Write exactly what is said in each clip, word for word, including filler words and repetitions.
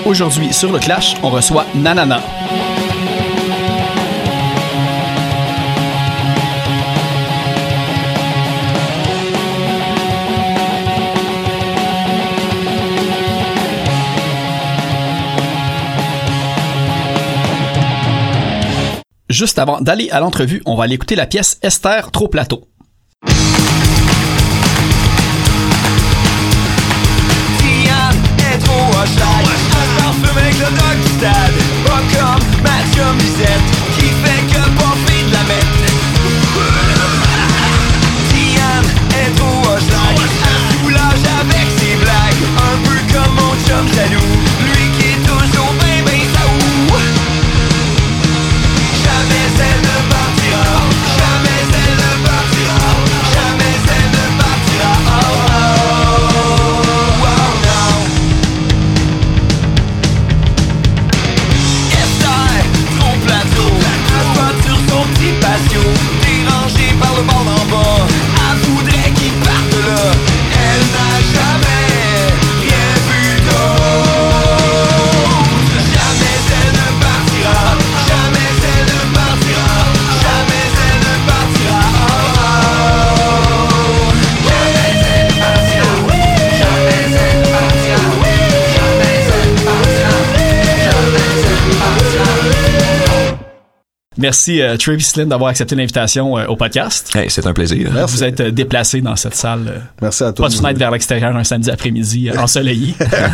Aujourd'hui, sur le Clash, on reçoit Nanana. Juste avant d'aller à l'entrevue, on va aller écouter la pièce Esther Trop Plateau. Diane est trop hashtag, un parfum avec le doc du stade. Pas comme Mathieu Musette, qui fait que boffer de la mettre. Diane est trop hashtag, un soulage avec ses blagues. Un peu comme mon chum jaloux, lui qui est toujours ben ben saoul. Jamais elle ne partira, jamais elle ne partira, jamais elle ne partira. Oh, oh, oh, no. Esther, trop plateau, assoit sur son petit patio, dérangé par le bord d'en bas, elle voudrait qu'il parte là. Elle n'a jamais rien vu d'autre. Jamais elle ne partira, jamais elle ne partira, jamais elle ne partira. Oh, oh. Jamais elle ne partira, jamais elle ne partira, jamais elle ne partira, jamais elle ne partira. Merci euh, Travis Lynn d'avoir accepté l'invitation euh, au podcast. Hey, c'est un plaisir. Merci. Vous êtes euh, déplacé dans cette salle. Euh, Merci à toi. pas de fenêtre vers l'extérieur un samedi après-midi euh, ensoleillé.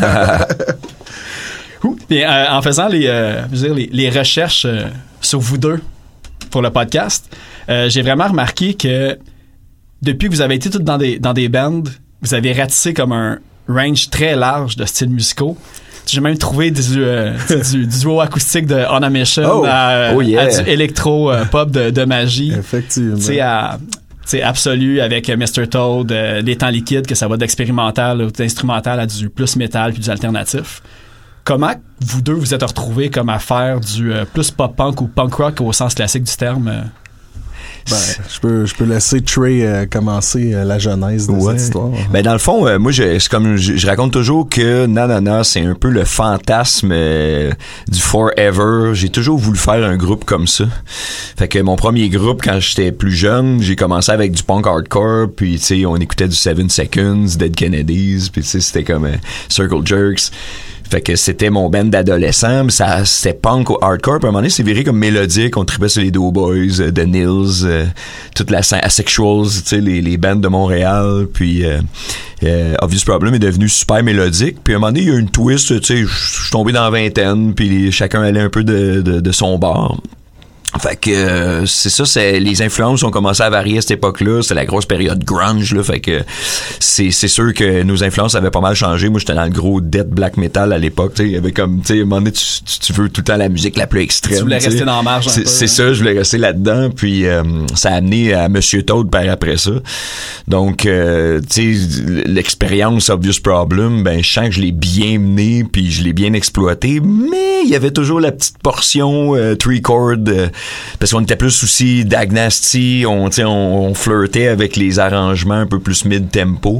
Et, euh, en faisant les, euh, je veux dire, les, les recherches euh, sur vous deux pour le podcast, euh, j'ai vraiment remarqué que depuis que vous avez été toutes dans des, dans des bands, vous avez ratissé comme un range très large de styles musicaux. J'ai même trouvé du, euh, du, du duo acoustique de On a Mission Oh. à, Oh yeah. à du électro-pop de, de magie. Effectivement. Tu sais, à tu sais, Absolu avec mister Toad, euh, Les Temps Liquides, que ça va d'expérimental ou d'instrumental à du plus métal puis du alternatif. Comment vous deux vous êtes retrouvés comme à faire du euh, plus pop-punk ou punk rock au sens classique du terme? euh? Ben, je peux, je peux laisser Trey euh, commencer euh, la genèse de Ouais. cette histoire. Ben dans le fond, euh, moi je c'est comme je, je raconte toujours que Nanana c'est un peu le fantasme euh, du forever. J'ai toujours voulu faire un groupe comme ça. Fait que mon premier groupe quand j'étais plus jeune, j'ai commencé avec du punk hardcore, puis tu sais on écoutait du Seven Seconds, Dead Kennedys, puis tu sais c'était comme euh, Circle Jerks. Fait que c'était mon band d'adolescent, ça c'était punk ou hardcore, puis à un moment donné c'est viré comme mélodique, on tripait sur les Doughboys, euh, The Nils, euh, toute la scène Asexuals, tu sais les les bands de Montréal, puis euh, euh, Obvious Problem est devenu super mélodique, puis à un moment donné il y a eu une twist, tu sais je suis tombé dans la vingtaine, puis les, chacun allait un peu de de, de son bord. Fait que euh, c'est ça, c'est les influences ont commencé à varier à cette époque-là. C'était la grosse période grunge là, fait que c'est c'est sûr que nos influences avaient pas mal changé. Moi, j'étais dans le gros death black metal à l'époque. Tu sais, il y avait comme, tu sais, à un moment donné, tu, tu, tu veux tout le temps la musique la plus extrême. Tu voulais t'sais. rester dans la marge un c'est, peu. C'est ça, je voulais rester là-dedans. Puis euh, ça a amené à Monsieur Toad par après ça. Donc, euh, tu sais, l'expérience Obvious Problem, ben je sens que je l'ai bien mené, puis je l'ai bien exploité. Mais il y avait toujours la petite portion euh, three chord. Euh, parce qu'on était plus aussi d'Agnasty, on, tu sais, on, on flirtait avec les arrangements un peu plus mid-tempo.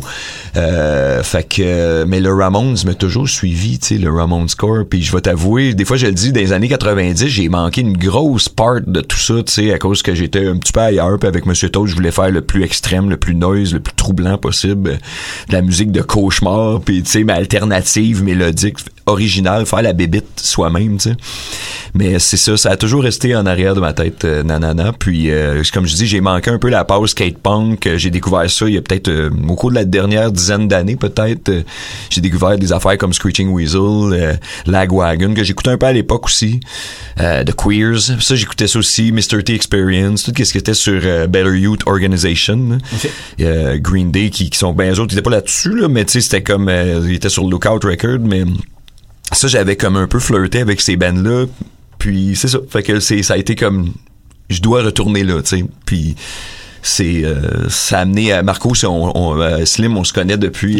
Euh, fait que, mais le Ramones m'a toujours suivi, tu sais, le Ramones score. Puis je vais t'avouer, des fois je le dis, dans les années quatre-vingt-dix, j'ai manqué une grosse part de tout ça, tu sais, à cause que j'étais un petit peu ailleurs. Puis avec Monsieur Toad, je voulais faire le plus extrême, le plus noise, le plus troublant possible, de la musique de cauchemar, puis tu sais, mais alternative, mélodique, originale, faire la bébite soi-même, tu sais. Mais c'est ça, ça a toujours resté en arrière de ma tête, euh, Nanana. Puis, euh, comme je dis, j'ai manqué un peu la pause skate-punk. J'ai découvert ça il y a peut-être, euh, au cours de la dernière dizaine d'années, peut-être. Euh, j'ai découvert des affaires comme Screeching Weasel, euh, Lagwagon, que j'écoutais un peu à l'époque aussi. Euh, The Queers. Ça, j'écoutais ça aussi. mister T Experience. Tout ce qui était sur euh, Better Youth Organization. Okay. Euh, Green Day, qui, qui sont ben eux autres, ils étaient pas là-dessus, là, mais tu sais, c'était comme, euh, ils étaient sur Lookout Record, mais ça, j'avais comme un peu flirté avec ces bands-là. Puis c'est ça, fait que c'est ça a été comme je dois retourner là, tu sais. Puis c'est euh, ça a amené à Marco, c'est on, on euh, Slim, on se connaît depuis.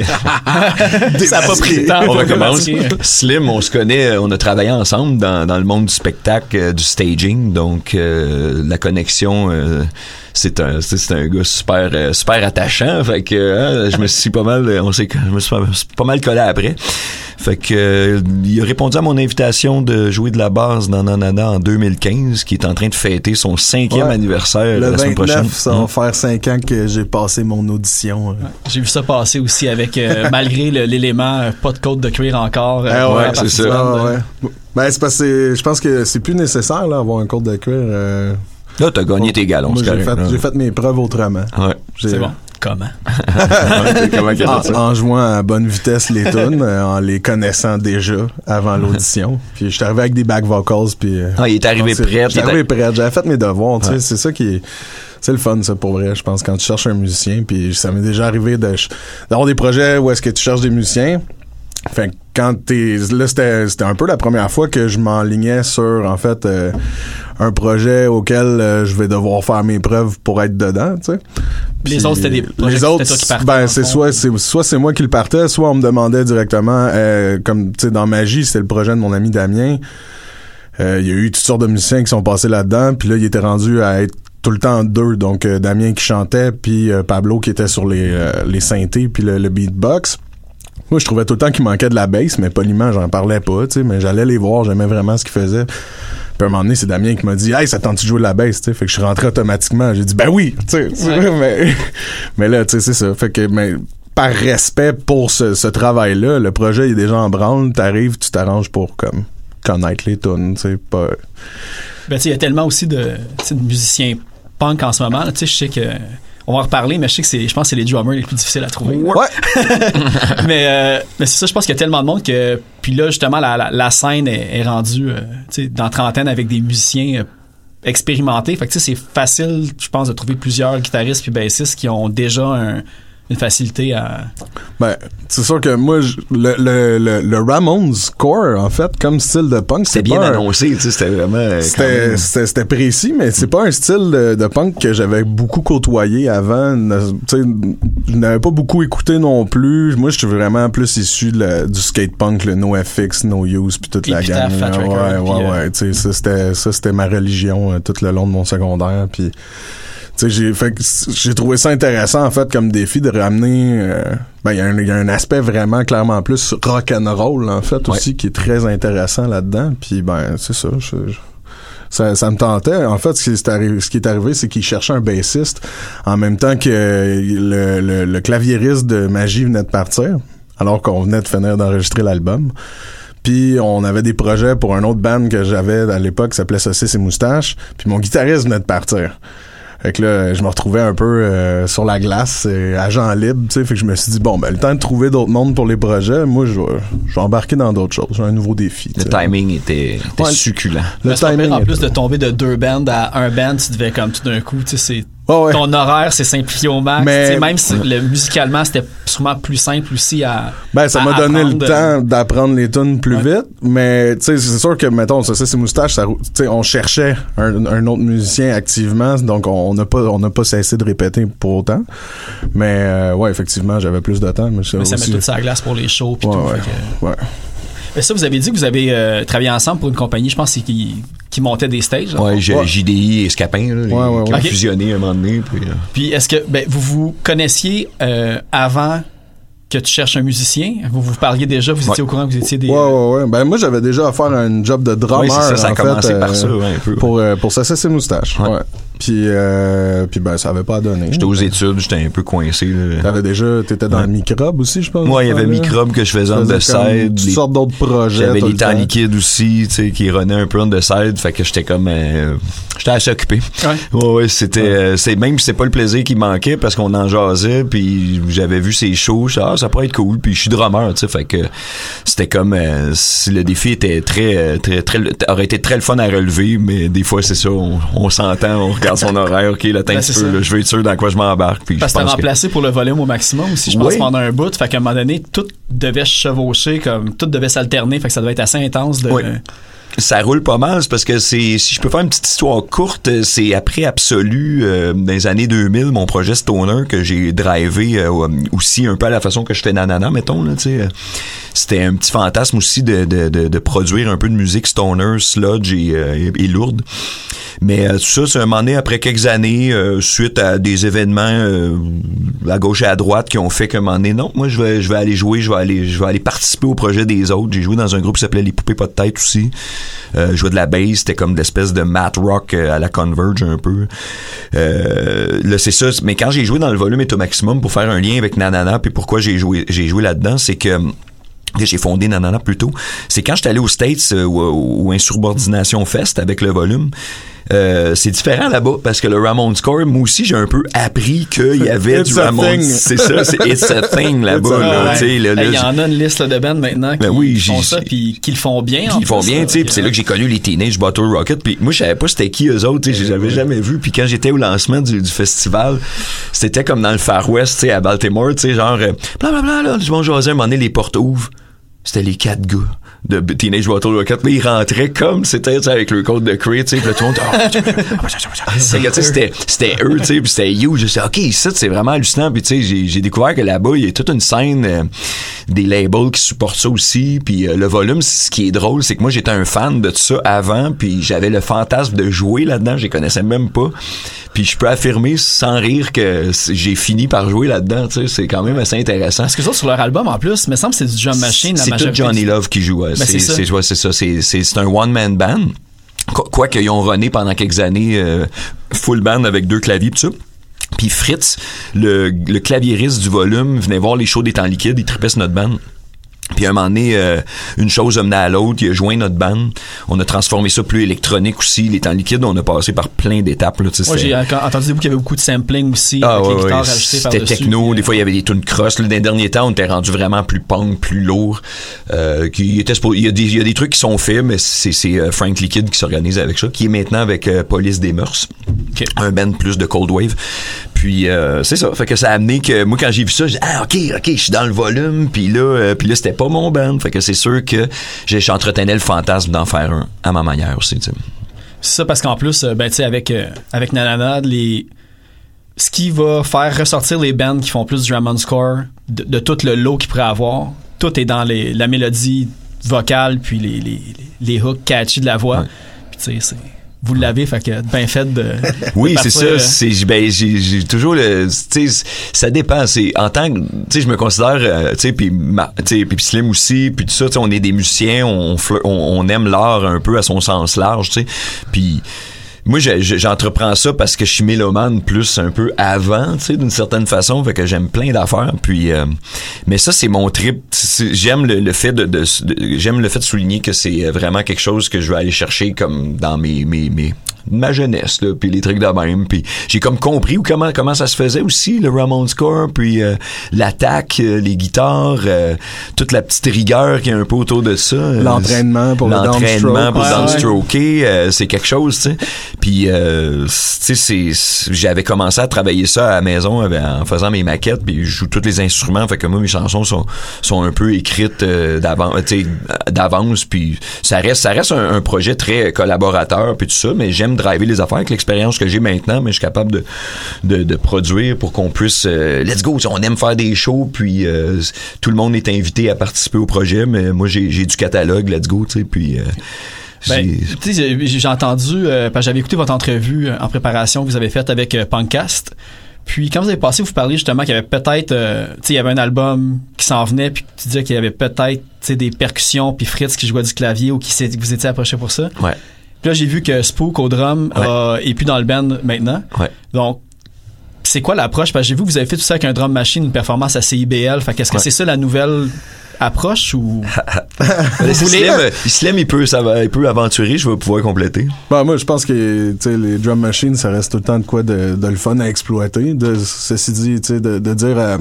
Ça a pas pris de temps. On recommence. Slim, on se connaît, on a travaillé ensemble dans dans le monde du spectacle, euh, du staging, donc euh, la connexion. Euh, c'est un, c'est, c'est un gars super, euh, super attachant. Fait que hein, je me suis pas mal, on sait, je me suis pas, pas mal collé après. Fait que euh, il a répondu à mon invitation de jouer de la basse dans Nanana en deux mille quinze, qui est en train de fêter son cinquième Ouais. anniversaire Le la semaine prochaine. vingt-neuf, ça va faire cinq ans que j'ai passé mon audition. Ouais. J'ai vu ça passer aussi avec, euh, malgré le, l'élément euh, pas de côte de cuir encore. Ah ouais, c'est ça. Ah ouais. Ben, c'est parce que je pense que c'est plus nécessaire, là, avoir un code de cuir. Euh... Là, t'as gagné tes galons, Moi, c'est j'ai correct, fait, là. j'ai fait mes preuves autrement. Ouais. J'ai- C'est bon. Comment? Comment qu'elle a dit En, ça? en jouant à bonne vitesse les tunes, euh, en les connaissant déjà avant l'audition. Puis je suis arrivé avec des back vocals, puis... euh, Ah, il est arrivé c'est- prêt. J'étais arrivé prêt. J'avais fait mes devoirs, tu sais. C'est ça qui est... C'est le fun, ça, pour vrai, je pense, quand tu cherches un musicien. Puis ça m'est déjà arrivé de, d'avoir des projets où est-ce que tu cherches des musiciens. Fait que quand t'es... Là, c'était, c'était un peu la première fois que je m'enlignais sur, en fait, euh, un projet auquel euh, je vais devoir faire mes preuves pour être dedans, tu sais. Les Puis, autres, c'était des projets les que autres, c'était toi qui partais, ben, dans c'est le fond. soit, c'est, soit c'est moi qui le partais, soit on me demandait directement, euh, comme, tu sais, dans Magie, c'était le projet de mon ami Damien. Euh, il y a eu toutes sortes de musiciens qui sont passés là-dedans, puis là, il était rendu à être tout le temps deux, donc euh, Damien qui chantait, puis euh, Pablo qui était sur les, euh, les synthés, puis le, le beatbox. Moi, je trouvais tout le temps qu'il manquait de la bass, mais poliment, j'en parlais pas, tu sais, mais j'allais les voir, j'aimais vraiment ce qu'ils faisaient. Puis à un moment donné, c'est Damien qui m'a dit « Hey, ça tente de jouer de la bass? » Tu sais, fait que je suis rentré automatiquement. J'ai dit « Ben oui! » Tu sais, Ouais. mais, mais là, tu sais, c'est ça. Fait que, mais par respect pour ce, ce travail-là, le projet il est déjà en branle, t'arrives, tu t'arranges pour, comme, connaître les tunes, tu sais, pas... Ben, tu sais, il y a tellement aussi de, tu sais, de musiciens punk en ce moment. là. Tu sais, je sais que on va en reparler, mais je sais que c'est, je pense que c'est les drummers les plus difficiles à trouver. Ouais! mais, euh, mais c'est ça, je pense qu'il y a tellement de monde que, puis là, justement, la, la, la scène est, est rendue, euh, tu sais, dans trentaine avec des musiciens euh, expérimentés. Fait que, tu sais, c'est facile, je pense, de trouver plusieurs guitaristes puis bassistes qui ont déjà un, une facilité à... Ben, c'est sûr que moi, je- le, le, le, le Ramones Core, en fait, comme style de punk, C'était c'est bien pas un- annoncé, tu sais, c'était vraiment... euh, quand C'était, même- c'était, c'était précis, mais c'est pas un style de, de punk que j'avais beaucoup côtoyé avant. Ne- Tu sais, je n'avais pas beaucoup écouté non plus. Moi, je suis vraiment plus issu de la- du skate punk, le NoFX, No Use, puis toute la Epitaph, gang. Fat là. Record, ouais, puis, ouais, euh, ouais. Tu sais, ça, c'était, ça, c'était ma religion euh, tout le long de mon secondaire. Puis, tu sais, j'ai fait que j'ai trouvé ça intéressant en fait comme défi de ramener. Euh, ben, il y, a un- il y a un aspect vraiment clairement plus rock and roll en fait Ouais. aussi qui est très intéressant là-dedans. Puis ben, c'est ça. Je, je- ça, ça me tentait. En fait, ce qui est arrivé, ce qui est arrivé, c'est qu'il cherchait un bassiste en même temps que le, le, le claviériste de Magie venait de partir, alors qu'on venait de finir d'enregistrer l'album. Puis on avait des projets pour un autre band que j'avais à l'époque qui s'appelait Saucisse et Moustache. Puis mon guitariste venait de partir. Fait que là, je me retrouvais un peu euh, sur la glace, euh, agent libre, tu sais. Fait que je me suis dit, bon, ben, le temps de trouver d'autres mondes pour les projets, moi, je vais, je vais embarquer dans d'autres choses. J'ai un nouveau défi. Le tu sais. timing était, était Ouais. succulent. Le Mais c'est pas pire, en est- plus de tomber de deux bands à un band, tu devais comme tout d'un coup, tu sais, c'est Ouais, ouais. ton horaire c'est simplifié au max. Mais- Tu sais, même si le, musicalement c'était sûrement plus simple aussi à. Ben, ça à m'a donné le apprendre. temps d'apprendre les tunes plus Ouais. vite, mais tu sais, c'est sûr que, mettons, ça, c'est moustaches, ça, tu sais, on cherchait un, un autre musicien activement, donc on n'a pas, on n'a pas cessé de répéter pour autant. Mais, euh, ouais, effectivement, j'avais plus de temps, mais, ça Mais ça met aussi. toute sa glace pour les shows puis Ouais, tout. ouais, fait que- ouais. Mais ça, vous avez dit que vous avez euh, travaillé ensemble pour une compagnie, je pense, c'est qui, qui montait des stages. Ouais, j'ai Ouais. J D I et Scapin, là, les- Ouais, ouais, qui ouais. ont Ok. fusionné à un moment donné. Puis, euh, Puis est-ce que ben, vous vous connaissiez euh, avant que tu cherches un musicien? Vous vous parliez déjà, vous étiez Ouais. au courant que vous étiez des... Ouais, ouais, ouais. Ben, moi, j'avais déjà à faire un job de drummer. ouais, c'est ça, ça a en commencé fait, par euh, ça, ouais, un peu. Pour, euh, pour Saucisse et Moustache. Ouais. Ouais. Puis, euh, puis ben, ça avait pas donné. J'étais aux études, j'étais un peu coincé. Là. T'avais déjà, t'étais dans Ouais. le microbe aussi, je pense. Moi, il y avait là. Microbe que je faisais on Tu the faisais comme side. toutes les- sortes d'autres projets. J'avais tout les le temps temps. liquides aussi, tu sais, qui renaient un peu on the side. Fait que j'étais comme, euh, j'étais assez occupé. Ouais. Ouais, ouais, c'était, euh, c'est même si c'est pas le plaisir qui manquait parce qu'on en jasait, puis j'avais vu ces shows, je disais, ah, ça pourrait être cool, puis je suis drummer, tu sais, fait que c'était comme, euh, si le défi était très, euh, très, très, aurait été très le fun à relever, mais des fois c'est ça, on, on s'entend, on regarde son horaire, ok, là, t'as un Ben, petit c'est peu, ça. là, je veux être sûr dans quoi je m'embarque, puis je Parce que t'as pense que remplacé pour le volume au maximum aussi, je pense, Oui. pendant un bout. Fait qu'à un moment donné, tout devait se chevaucher, comme tout devait s'alterner. Fait que ça devait être assez intense de. Oui. ça roule pas mal, c'est parce que c'est, si je peux faire une petite histoire courte, c'est après Absolu, euh, dans les années deux mille, mon projet Stoner que j'ai drivé euh, aussi un peu à la façon que je fais Nanana, mettons, là, tu sais. C'était un petit fantasme aussi de, de, de, de produire un peu de musique stoner, sludge et, euh, et lourde. Mais euh, tout ça, c'est un moment donné, après quelques années, euh, suite à des événements euh, à gauche et à droite qui ont fait qu'à un moment donné, non, moi je vais je vais aller jouer, je vais aller je vais aller participer au projet des autres. J'ai joué dans un groupe qui s'appelait Les Poupées Pas de Tête aussi. Euh, je jouais de la bass, c'était comme l'espèce de math rock à la Converge un peu. Euh, là c'est ça, mais quand j'ai joué dans le volume est au maximum pour faire un lien avec Nanana, puis pourquoi j'ai joué j'ai joué là-dedans, c'est que que j'ai fondé Nanana plutôt, c'est quand j'étais allé aux States euh, ou, ou Insubordination Fest avec le volume. Euh, c'est différent là-bas parce que le Ramones Core, moi aussi j'ai un peu appris qu'il y avait It's du a Ramones. thing. C'est ça, c'est It's a thing là-bas. Là, Ouais. t'sais, là, là, Il y en a une liste là, de bands maintenant qui Ben oui, font j'ai- ça puis qui le font bien. Puis ils font bien, tu sais, puis c'est là que j'ai connu les Teenage Bottle Rocket, puis moi je savais pas c'était qui eux autres, tu sais, j'avais jamais vu, puis quand j'étais au lancement du, du festival, c'était comme dans le Far West, tu sais, à Baltimore, tu sais, genre, euh, blablabla, là, du bon José, à un moment donné, les portes ouvrent, c'était les quatre gars de Teenage Bottle Rocket, mais ils rentraient comme c'était, tu sais, avec le code de Crate, tu sais, puis là, tout le monde, oh, c'est que, tu sais, c'était, c'était eux, tu sais, puis c'était huge, je sais, ok, ça, c'est vraiment hallucinant, puis tu sais, j'ai, j'ai découvert que là-bas, il y a toute une scène, euh, des labels qui supportent ça aussi, puis euh, le volume, ce qui est drôle, c'est que moi, j'étais un fan de tout ça avant, puis j'avais le fantasme de jouer là-dedans, je les connaissais même pas, puis je peux affirmer sans rire que j'ai fini par jouer là-dedans, tu sais, c'est quand même assez intéressant. Parce que ça, sur leur album, en plus, il me semble que c'est du drum machine, la C'est tout majorité. Johnny Love qui joue. ouais. Ben, c'est, c'est ça. c'est, ouais, c'est ça. C'est, c'est, c'est un one-man band. Qu- Quoique, ils ont runné pendant quelques années euh, full band avec deux claviers pis tout ça. Puis Fritz, le, le claviériste du volume, venait voir les shows des temps liquides, il tripait sur notre band. Puis à un moment donné, euh, une chose a mené à l'autre, il a joint notre band. On a transformé ça plus électronique aussi. Les temps liquides, on a passé par plein d'étapes. Là, Moi, j'ai entendu qu'il y avait beaucoup de sampling aussi, ah, avec ouais, les guitares ouais. ajoutées C'était par-dessus. techno, puis, des fois il y avait des tunes cross. Là, dans les derniers temps, on était rendu vraiment plus punk, plus lourd. Euh, qui était supposé- il y a des il y a des trucs qui sont faits, mais c'est c'est euh, Frank Liquid qui s'organise avec ça, qui est maintenant avec euh, Police des Mœurs, Okay. un band plus de cold wave. Puis euh, c'est ça, fait que ça a amené que moi quand j'ai vu ça, j'ai dit ah ok ok je suis dans le volume. Puis là euh, puis là c'était pas mon band, fait que c'est sûr que j'ai j'entretenais le fantasme d'en faire un à ma manière aussi. Tu sais. C'est ça, parce qu'en plus, euh, ben, tu sais, avec, euh, avec Nanana, les... ce qui va faire ressortir les bands qui font plus du Ramones Core, de, de tout le lot qu'ils pourraient avoir, tout est dans les, la mélodie vocale, puis les, les, les hooks catchy de la voix. Ouais. Puis tu sais, c'est... Vous l'avez, fait que bien fait de. Oui, de c'est partir, ça. euh, C'est, ben, j'ai, j'ai toujours le, tu sais, ça dépend. C'est en tant que, tu sais, je me considère, euh, tu sais, puis, tu sais, puis Slim aussi, puis tout ça. Tu sais, on est des musiciens, on, on, on aime l'art un peu à son sens large, tu sais. Puis moi, je, je, j'entreprends ça parce que je suis mélomane plus un peu avant, tu sais, d'une certaine façon, fait que j'aime plein d'affaires. Puis, euh, mais ça, c'est mon trip. C'est, j'aime le, le fait de, de, de, j'aime le fait de souligner que c'est vraiment quelque chose que je vais aller chercher comme dans mes, mes, mes ma jeunesse, là, puis les trucs de même. Puis j'ai comme compris comment comment ça se faisait aussi, le Ramones Core, puis euh, l'attaque, euh, les guitares, euh, toute la petite rigueur qui est un peu autour de ça. L'entraînement pour le L'entraînement pour Ouais, downstroker, euh, c'est quelque chose, tu sais. Puis, euh, tu sais, c'est, j'avais commencé à travailler ça à la maison avec, en faisant mes maquettes, puis je joue tous les instruments, fait que moi, mes chansons sont, sont un peu écrites euh, d'avance, tu sais, d'avance, puis ça reste, ça reste un, un projet très collaborateur, puis tout ça, mais j'aime driver les affaires avec l'expérience que j'ai maintenant, mais je suis capable de, de, de produire pour qu'on puisse, euh, let's go, on aime faire des shows, puis euh, tout le monde est invité à participer au projet, mais moi, j'ai, j'ai du catalogue, let's go, tu sais, puis... Euh, Ben, tu sais, j'ai, j'ai entendu, euh, parce que j'avais écouté votre entrevue euh, en préparation que vous avez faite avec euh, Punkcast. Puis quand vous avez passé, vous parliez justement qu'il y avait peut-être, euh, tu sais, il y avait un album qui s'en venait, puis tu disais qu'il y avait peut-être, tu sais, des percussions, puis Fritz qui jouait du clavier ou qui s'est, vous étiez approché pour ça. Ouais. Puis là, j'ai vu que Spook au drum Ouais. euh, est plus dans le band maintenant. Ouais. Donc, c'est quoi l'approche? Parce que j'ai vu que vous avez fait tout ça avec un drum machine, une performance à C I B L. Fait qu'est-ce que Ouais. c'est ça la nouvelle approche ou... Vous voulez- Slim, Slim, il peut, ça va, il peut aventurer, je vais pouvoir compléter. Ben, moi, je pense que, tu sais, les drum machines, ça reste tout le temps de quoi de, de le fun à exploiter. De, ceci dit, tu sais, de, de dire, euh,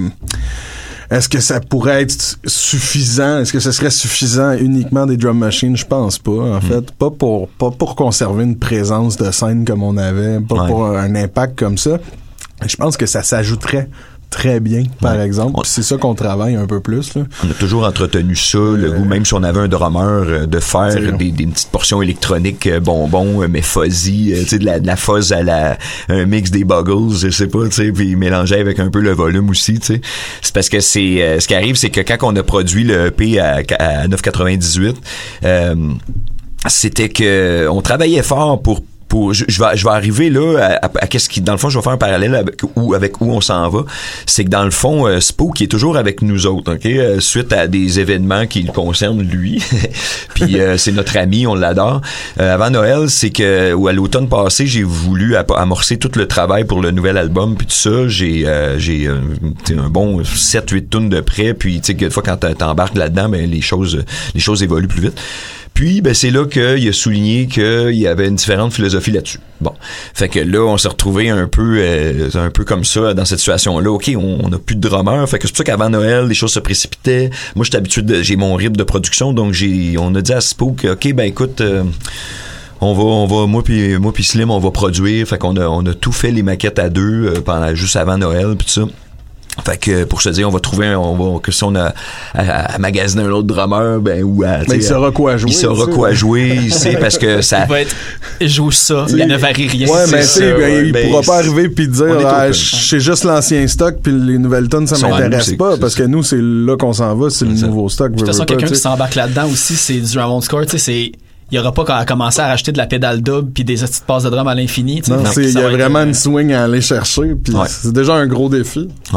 est-ce que ça pourrait être suffisant? Est-ce que ce serait suffisant uniquement des drum machines? Je pense pas, en fait. Pas pour, pas pour conserver une présence de scène comme on avait, pas Ouais. pour un impact comme ça. Je pense que ça s'ajouterait très bien, par ouais. exemple. On... Puis c'est ça qu'on travaille un peu plus, là. On a toujours entretenu ça, euh... le goût, même si on avait un drummer, euh, de faire des, des petites portions électroniques euh, bonbons, euh, mais fuzzy, euh, tu sais, de la, de la fuzz à la, un mix des Buggles, je sais pas, tu sais, puis mélanger avec un peu le volume aussi, tu sais. C'est parce que c'est, euh, ce qui arrive, c'est que quand on a produit le E P à, à neuf quatre-vingt-dix-huit, euh, c'était que on travaillait fort pour Pour, je, je vais je vais arriver là à, à, à qu'est-ce qui dans le fond je vais faire un parallèle avec où avec où on s'en va, c'est que dans le fond euh, Spook qui est toujours avec nous autres, OK, euh, suite à des événements qui le concernent lui. Puis euh, c'est notre ami, on l'adore. Euh, avant Noël, c'est que ou à l'automne passé, j'ai voulu ap- amorcer tout le travail pour le nouvel album puis tout ça, j'ai euh, j'ai euh, un bon sept huit tunes de près, puis tu sais que des fois quand t'embarques là-dedans, ben les choses les choses évoluent plus vite. Puis, ben, c'est là qu'il a souligné qu'il y avait une différente philosophie là-dessus. Bon. Fait que là, on s'est retrouvé un peu, euh, un peu comme ça, dans cette situation-là. OK, on, on a plus de drummer. Fait que c'est pour ça qu'avant Noël, les choses se précipitaient. Moi, j'étais habitué de, j'ai mon rythme de production, donc j'ai, on a dit à Spook, OK, ben, écoute, euh, on va, on va, moi puis, moi puis Slim, on va produire. Fait qu'on a, on a tout fait les maquettes à deux, euh, pendant, juste avant Noël puis tout ça. Fait que pour se dire on va trouver un, on va que si on a à, à magasiner un autre drummer ben ou à, mais il saura quoi jouer il saura quoi jouer il sait parce que ça il va être il joue ça il ne varie rien ouais mais c'est tu ben, il ben, pourra pas arriver puis dire ah, c'est juste l'ancien stock puis les nouvelles tonnes ça m'intéresse nous, pas parce que nous c'est là qu'on s'en va c'est le ça. Nouveau stock de toute façon quelqu'un qui s'embarque là-dedans aussi c'est du Ramones Score tu sais c'est il y aura pas à commencer à racheter de la pédale double puis des petites passes de drum à l'infini. Non, il y a vraiment être... une swing à aller chercher puis ouais. C'est déjà un gros défi. Ouais.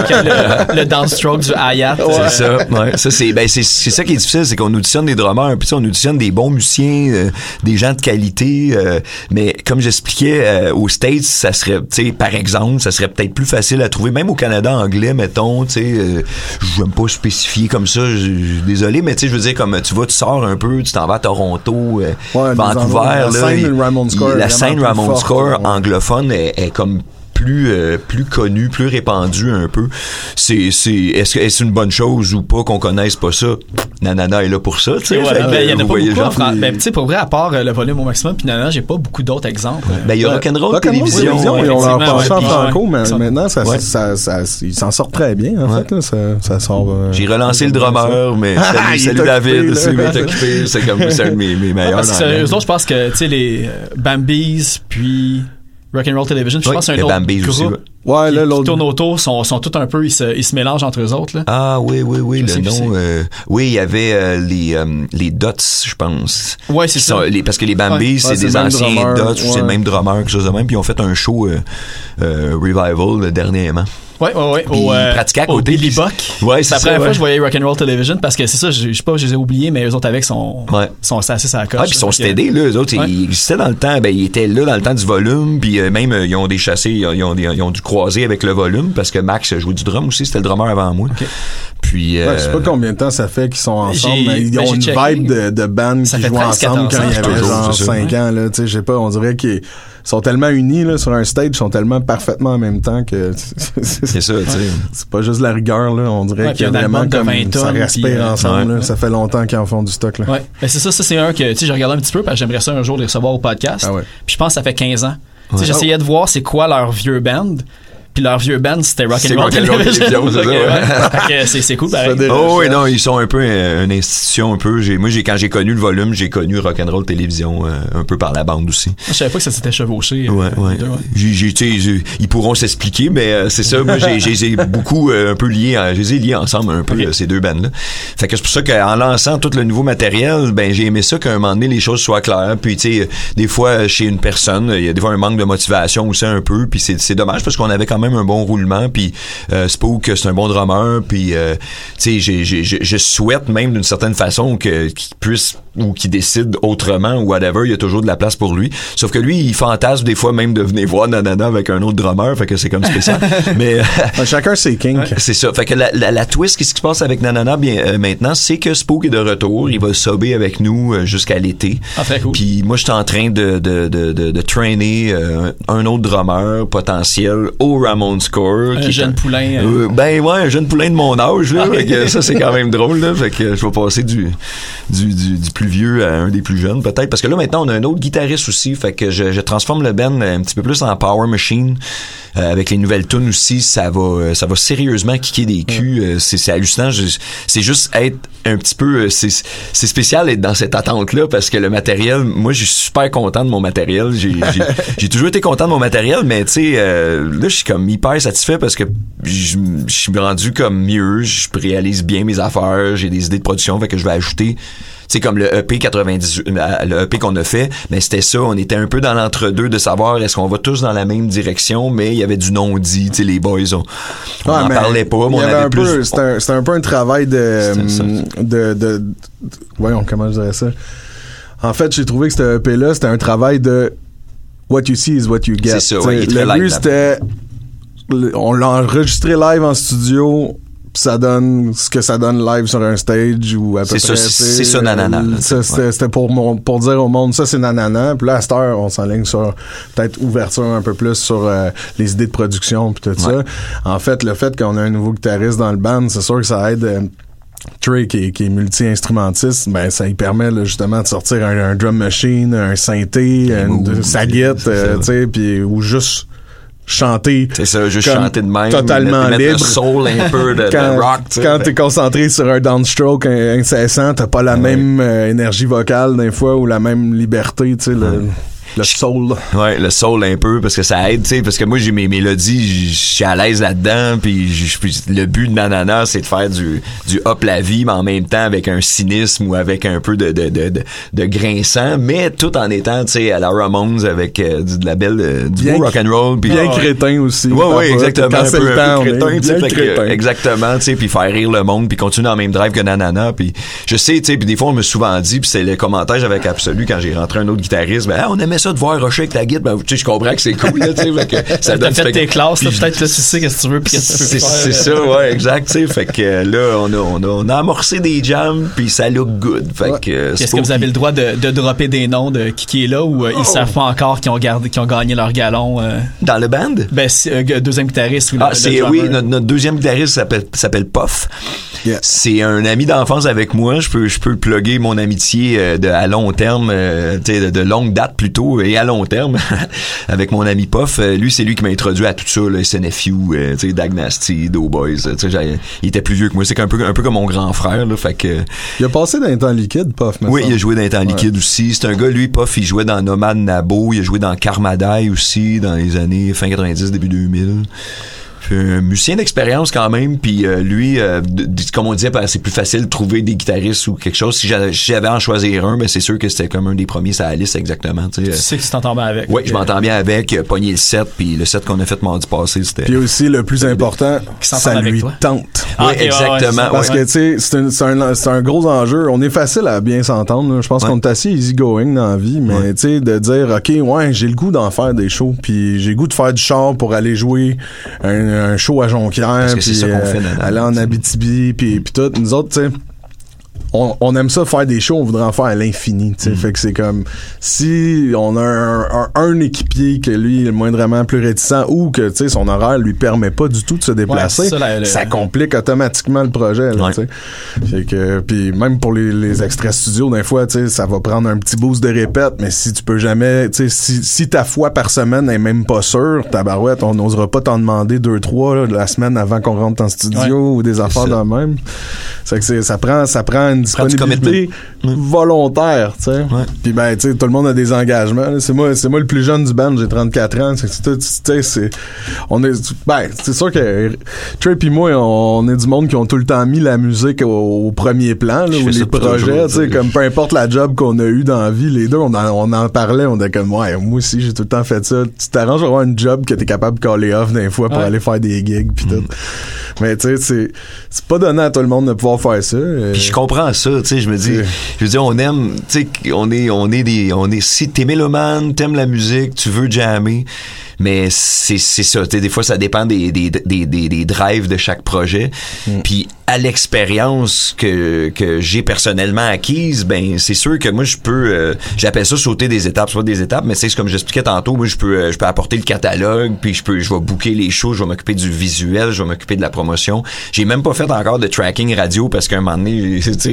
le, le downstroke du hi-hat. Ouais. C'est ça. Ouais. Ça c'est ben c'est c'est ça qui est difficile, c'est qu'on auditionne des drummers puis on auditionne des bons musiciens, euh, des gens de qualité. Euh, mais comme j'expliquais euh, aux States, ça serait, tu sais, par exemple, ça serait peut-être plus facile à trouver, même au Canada anglais, mettons. Tu sais, euh, je veux pas spécifier comme ça. Je, désolé, mais tu sais, je veux dire comme tu vas, tu sors un peu, tu t'en vas à Toronto. Euh, ouais, Vancouver, la là, scène il, Ramones Score, la scène Ramones Score ouais. anglophone est, est comme plus euh, plus connue, plus répandue un peu. C'est c'est est-ce que est-ce une bonne chose ou pas qu'on connaisse pas ça? Nanana est là pour ça, tu sais. Ouais, ben, il y en a pas beaucoup. Genre, Fran- ben, tu sais, pour vrai, à part euh, le volume au maximum, puis Nanana, j'ai pas beaucoup d'autres exemples. Ben, il y a Rock'n'Roll Rock Télévision. Télévision ils ont leur penchant ouais, franco, ouais, mais ouais. maintenant, ça, ouais. ça, ça, ça, ils s'en sortent très bien, en ouais. fait, là, ça, ça sort. Euh, J'ai relancé le drummer, mais ah, salut, salut David, c'est occupé, occupé, c'est comme c'est un de mes, mes meilleurs. Parce que eux autres, je pense que, tu sais, les euh, Bambies, puis Rock'n'Roll Television, je oui, pense que c'est un autre Bambies groupe aussi, ouais. Ouais, qui, là, qui l'autre... tourne autour, sont, sont tous un peu, ils se, ils se mélangent entre eux autres, là. Ah oui, oui, oui, je le nom. Euh, oui, il y avait euh, les euh, les Dots, je pense. Ouais, c'est ça. Sont, les, parce que les Bambies, ouais. c'est ouais, des c'est anciens drummer, Dots, ouais. c'est le même drummer, quelque chose de même, puis ils ont fait un show euh, euh, revival euh, dernièrement. Ouais, ouais, ouais. Puis au, euh, pratiquait à côté. Au Billy Buck. Ouais, c'est la c'est première ça, fois ouais. que je voyais Rock'n'Roll Television parce que c'est ça, je, je sais pas, je les ai oubliés, mais eux autres avec sont, ouais. sont assez à la coche. Ah, puis ils sont stédés, là, eux autres, ouais. Ils existaient dans le temps, ben, ils étaient là dans le temps du volume, puis euh, même, euh, ils ont des chassés, ils ont, ils, ont, ils ont dû croiser avec le volume, parce que Max jouait du drum aussi, c'était le drummer avant moi. Okay. Puis, euh, ouais, je sais pas combien de temps ça fait qu'ils sont ensemble, j'ai, mais ils ben, ont une checké. vibe de, de band ça qui fait jouent ensemble quand il y avait toujours, genre cinq ans, là, tu sais, je sais pas, on dirait qu'ils sont tellement unis, là, sur un stage, ils sont tellement parfaitement en même temps que c'est, c'est ça, tu sais. C'est pas juste la rigueur, là, on dirait ouais, qu'il y a vraiment comme, tonnes, ça respire puis, ensemble, ouais, là, ça fait longtemps qu'ils en font du stock, là. Ouais, ben c'est ça, ça c'est un que, tu sais, j'ai regardé un petit peu parce que j'aimerais ça un jour les recevoir au podcast. Ah ouais. Puis je pense que ça fait quinze ans. Ouais. Tu sais, j'essayais de voir c'est quoi leur vieux band. Puis leur vieux band, c'était Rock'n'Roll Television. C'est ça, ouais. ouais. c'est, c'est cool, pareil. Oh oui, non, ils sont un peu euh, une institution, un peu. J'ai, moi, j'ai, quand j'ai connu le volume, j'ai connu Rock'n'Roll Télévision, euh, un peu par la bande aussi. Je savais pas que ça s'était chevauché. Ouais, euh, ouais. deux, ouais. J'ai, j'ai, tu sais, ils pourront s'expliquer, mais euh, c'est ça. Moi, j'ai, j'ai beaucoup euh, un peu liés, euh, je les ai liés ensemble un peu, okay. euh, ces deux bandes-là. Fait que c'est pour ça qu'en lançant tout le nouveau matériel, ben, j'ai aimé ça qu'à un moment donné, les choses soient claires. Puis, tu sais, des fois, chez une personne, il y a des fois un manque de motivation aussi un peu. Puis c'est, c'est dommage parce qu'on avait quand même un bon roulement. Puis euh, Spook, c'est un bon drummer. Puis, euh, tu sais, j'ai, j'ai, je souhaite même d'une certaine façon que qu'il puisse ou qu'il décide autrement ou whatever. Il y a toujours de la place pour lui. Sauf que lui, il fantasme des fois même de venir voir Nanana avec un autre drummer. Fait que c'est comme spécial. Mais ouais, chacun ses kinks. Ouais, c'est ça. Fait que la, la, la twist, qu'est-ce qui se passe avec Nanana bien euh, maintenant, c'est que Spook est de retour. Il va subber avec nous euh, jusqu'à l'été. Ah, très cool. Puis moi, je suis en train de de de de, de trainer euh, un autre drummer potentiel au Ramones Score. Un qui jeune est un, poulain. Euh, euh, ben ouais, un jeune poulain de mon âge là. Fait que ça c'est quand même drôle là. Fait que je vais passer du du du, du plus plus vieux à un des plus jeunes, peut-être. Parce que là, maintenant, on a un autre guitariste aussi. Fait que je, je transforme le band un petit peu plus en power machine. Euh, avec les nouvelles tunes aussi, ça va ça va sérieusement kicker des culs. Euh, c'est, c'est hallucinant. Je, c'est juste être un petit peu... C'est, c'est spécial d'être dans cette attente-là parce que le matériel... Moi, je suis super content de mon matériel. J'ai, j'ai, j'ai toujours été content de mon matériel, mais tu sais, euh, là, je suis comme hyper satisfait parce que je suis rendu comme mieux. Je réalise bien mes affaires. J'ai des idées de production, fait que je vais ajouter... C'est comme le E P quatre-vingt-dix, le E P qu'on a fait, mais c'était ça, on était un peu dans l'entre-deux de savoir est-ce qu'on va tous dans la même direction, mais il y avait du non-dit, tu sais, les boys, on ouais, n'en parlait pas, mais on avait un plus... Peu, c'était, un, c'était un peu un travail de, de, de, de... Voyons, comment je dirais ça? En fait, j'ai trouvé que ce E P-là, c'était un travail de what you see is what you get. C'est ça, ouais, il est le très but, live, c'était... On l'a enregistré live en studio... ça donne ce que ça donne live sur un stage ou à peu c'est près. Ça, c'est, c'est ça, nanana. Là, ça, c'était, ouais. c'était pour, mon, pour dire au monde, ça, c'est nanana. Puis là, à cette heure, on s'enligne sur peut-être ouverture un peu plus sur euh, les idées de production puis tout ouais. ça. En fait, le fait qu'on a un nouveau guitariste dans le band, c'est sûr que ça aide... Euh, Trey qui est, qui est multi-instrumentiste, ben ça lui permet là, justement de sortir un, un drum machine, un synthé, une, une saguette, euh, tu sais, puis ou juste chanter. C'est ça, juste chanter de même. Totalement mettre, libre. Mettre le soul un peu de, quand, de rock. T'sais. Quand t'es concentré sur un downstroke incessant, t'as pas la ouais. même euh, énergie vocale des fois ou la même liberté, tu sais, ouais. le... Le soul. Ouais, le soul un peu, parce que ça aide, tu sais, parce que moi, j'ai mes mélodies, je suis à l'aise là-dedans, puis le but de Nanana, c'est de faire du, du hop la vie, mais en même temps avec un cynisme ou avec un peu de, de, de, de, de grinçant, mais tout en étant, tu sais, à la Ramones avec euh, du, de la belle, euh, du bien beau rock'n'roll. Bien oh, crétin aussi. Ouais, ouais, exactement. Quand un c'est peu, le temps, un peu crétin, bien fait crétin. Que, exactement, tu sais, puis faire rire le monde, puis continuer dans le même drive que Nanana, puis je sais, tu sais, puis des fois, on m'a souvent dit, puis c'est le commentaire avec Absolu quand j'ai rentré un autre guitariste, ben, ah, on aimait ça de voir Rocher avec ta guide, ben, tu sais, je comprends que c'est cool, là, tu sais, que ça donne. T'as fait tes classes, là, puis, peut-être, là, tu sais qu'est-ce que tu veux, puis qu'est-ce que tu peux c'est, faire. C'est ça, ouais, exact, tu sais, fait que là, on a, on a, on a amorcé des jams, puis ça look good, fait ouais. que. Est-ce que vous avez le droit de, de dropper des noms de qui qui est là ou euh, ils oh. savent pas encore qu'ils ont gardé, qu'ils ont gagné leur galon? Euh... Dans le band? Ben, c'est, euh, deuxième guitariste ou Ah, le, c'est, le oui, notre, notre deuxième guitariste s'appelle, s'appelle Puff. Yeah. C'est un ami d'enfance avec moi. Je peux, je peux plugger mon amitié euh, de, à long terme, euh, de, de longue date plutôt, et à long terme, avec mon ami Puff. Euh, lui, c'est lui qui m'a introduit à tout ça, le S N F U, euh, tu sais, Dagnasty, Doughboys. Tu sais, il était plus vieux que moi. C'est un peu, un peu comme mon grand frère, là. Fait que. Il a passé dans les temps liquides, Puff. Oui, il a joué dans les temps liquides ouais. aussi. C'est un gars, lui, Puff, il jouait dans Nomad Nabo. Il a joué dans Karmadai aussi, dans les années fin quatre-vingt-dix, début deux mille. Un musicien d'expérience quand même, puis euh, lui, euh, d- d- comme on disait, c'est plus facile de trouver des guitaristes ou quelque chose. Si j'avais, si j'avais à en choisir un, ben c'est sûr que c'était comme un des premiers sur la liste exactement. Tu sais, tu sais que tu t'entends bien avec. Oui, je m'entends bien avec. Euh, pogner le set, puis le set qu'on a fait mardi passé, c'était. Puis aussi le plus important, ça lui tente. Ah, oui, okay, exactement. Ouais, parce ouais. que tu sais, c'est, une, c'est, un, c'est un gros enjeu. On est facile à bien s'entendre. Là. Je pense ouais. qu'on est assez easy going dans la vie, mais ouais. tu sais, de dire ok, ouais, j'ai le goût d'en faire des shows, puis j'ai le goût de faire du char pour aller jouer un, un show à Jonquière. Parce que c'est ça qu'on euh, fait, là, aller en Abitibi puis puis tout nous autres tu sais on, on aime ça faire des shows, on voudrait en faire à l'infini, tu sais, mm. fait que c'est comme si on a un, un, un équipier que lui est moindrement plus réticent ou que tu sais son horaire lui permet pas du tout de se déplacer, ouais, ça, là, le, ça complique automatiquement le projet, là, ouais. tu sais. Fait que puis même pour les, les extraits studio des fois, tu sais, ça va prendre un petit boost de répète, mais si tu peux jamais, tu sais, si, si ta fois par semaine est même pas sûre, tabarouette, on n'osera pas t'en demander deux trois là, la semaine avant qu'on rentre en studio ouais. ou des affaires dans le même. C'est que c'est, ça prend ça prend une disponibilité volontaire, tu sais. Ouais. Puis ben tu sais tout le monde a des engagements, là. c'est moi c'est moi le plus jeune du band, j'ai trente-quatre ans, c'est tu sais c'est on est ben c'est sûr que Trey puis moi on est du monde qui ont tout le temps mis la musique au, au premier plan là, ou les projets, tu sais comme peu importe la job qu'on a eu dans la vie, les deux on en, on en parlait, on était comme ouais, moi aussi j'ai tout le temps fait ça. Tu t'arranges à avoir une job que t'es capable de caller off d'un fois pour ouais. aller faire des gigs puis mm. tout. Mais tu sais c'est c'est pas donné à tout le monde de pouvoir faire ça. Puis je comprends ça, tu sais, je me dis, c'est... je veux dire, on aime, tu sais, on est, on est des, on est, si t'es mélomane, t'aimes la musique, tu veux jammer, mais c'est, c'est ça, tu sais, des fois ça dépend des, des, des, des, des drives de chaque projet. Mm. Puis à l'expérience que, que j'ai personnellement acquise, ben, c'est sûr que moi, je peux, euh, j'appelle ça sauter des étapes, soit des étapes, mais c'est comme j'expliquais tantôt, moi, je peux, euh, je peux apporter le catalogue, puis je peux, je vais booker les shows, je vais m'occuper du visuel, je vais m'occuper de la promotion. J'ai même pas fait encore de tracking radio parce qu'à un moment donné, tu sais,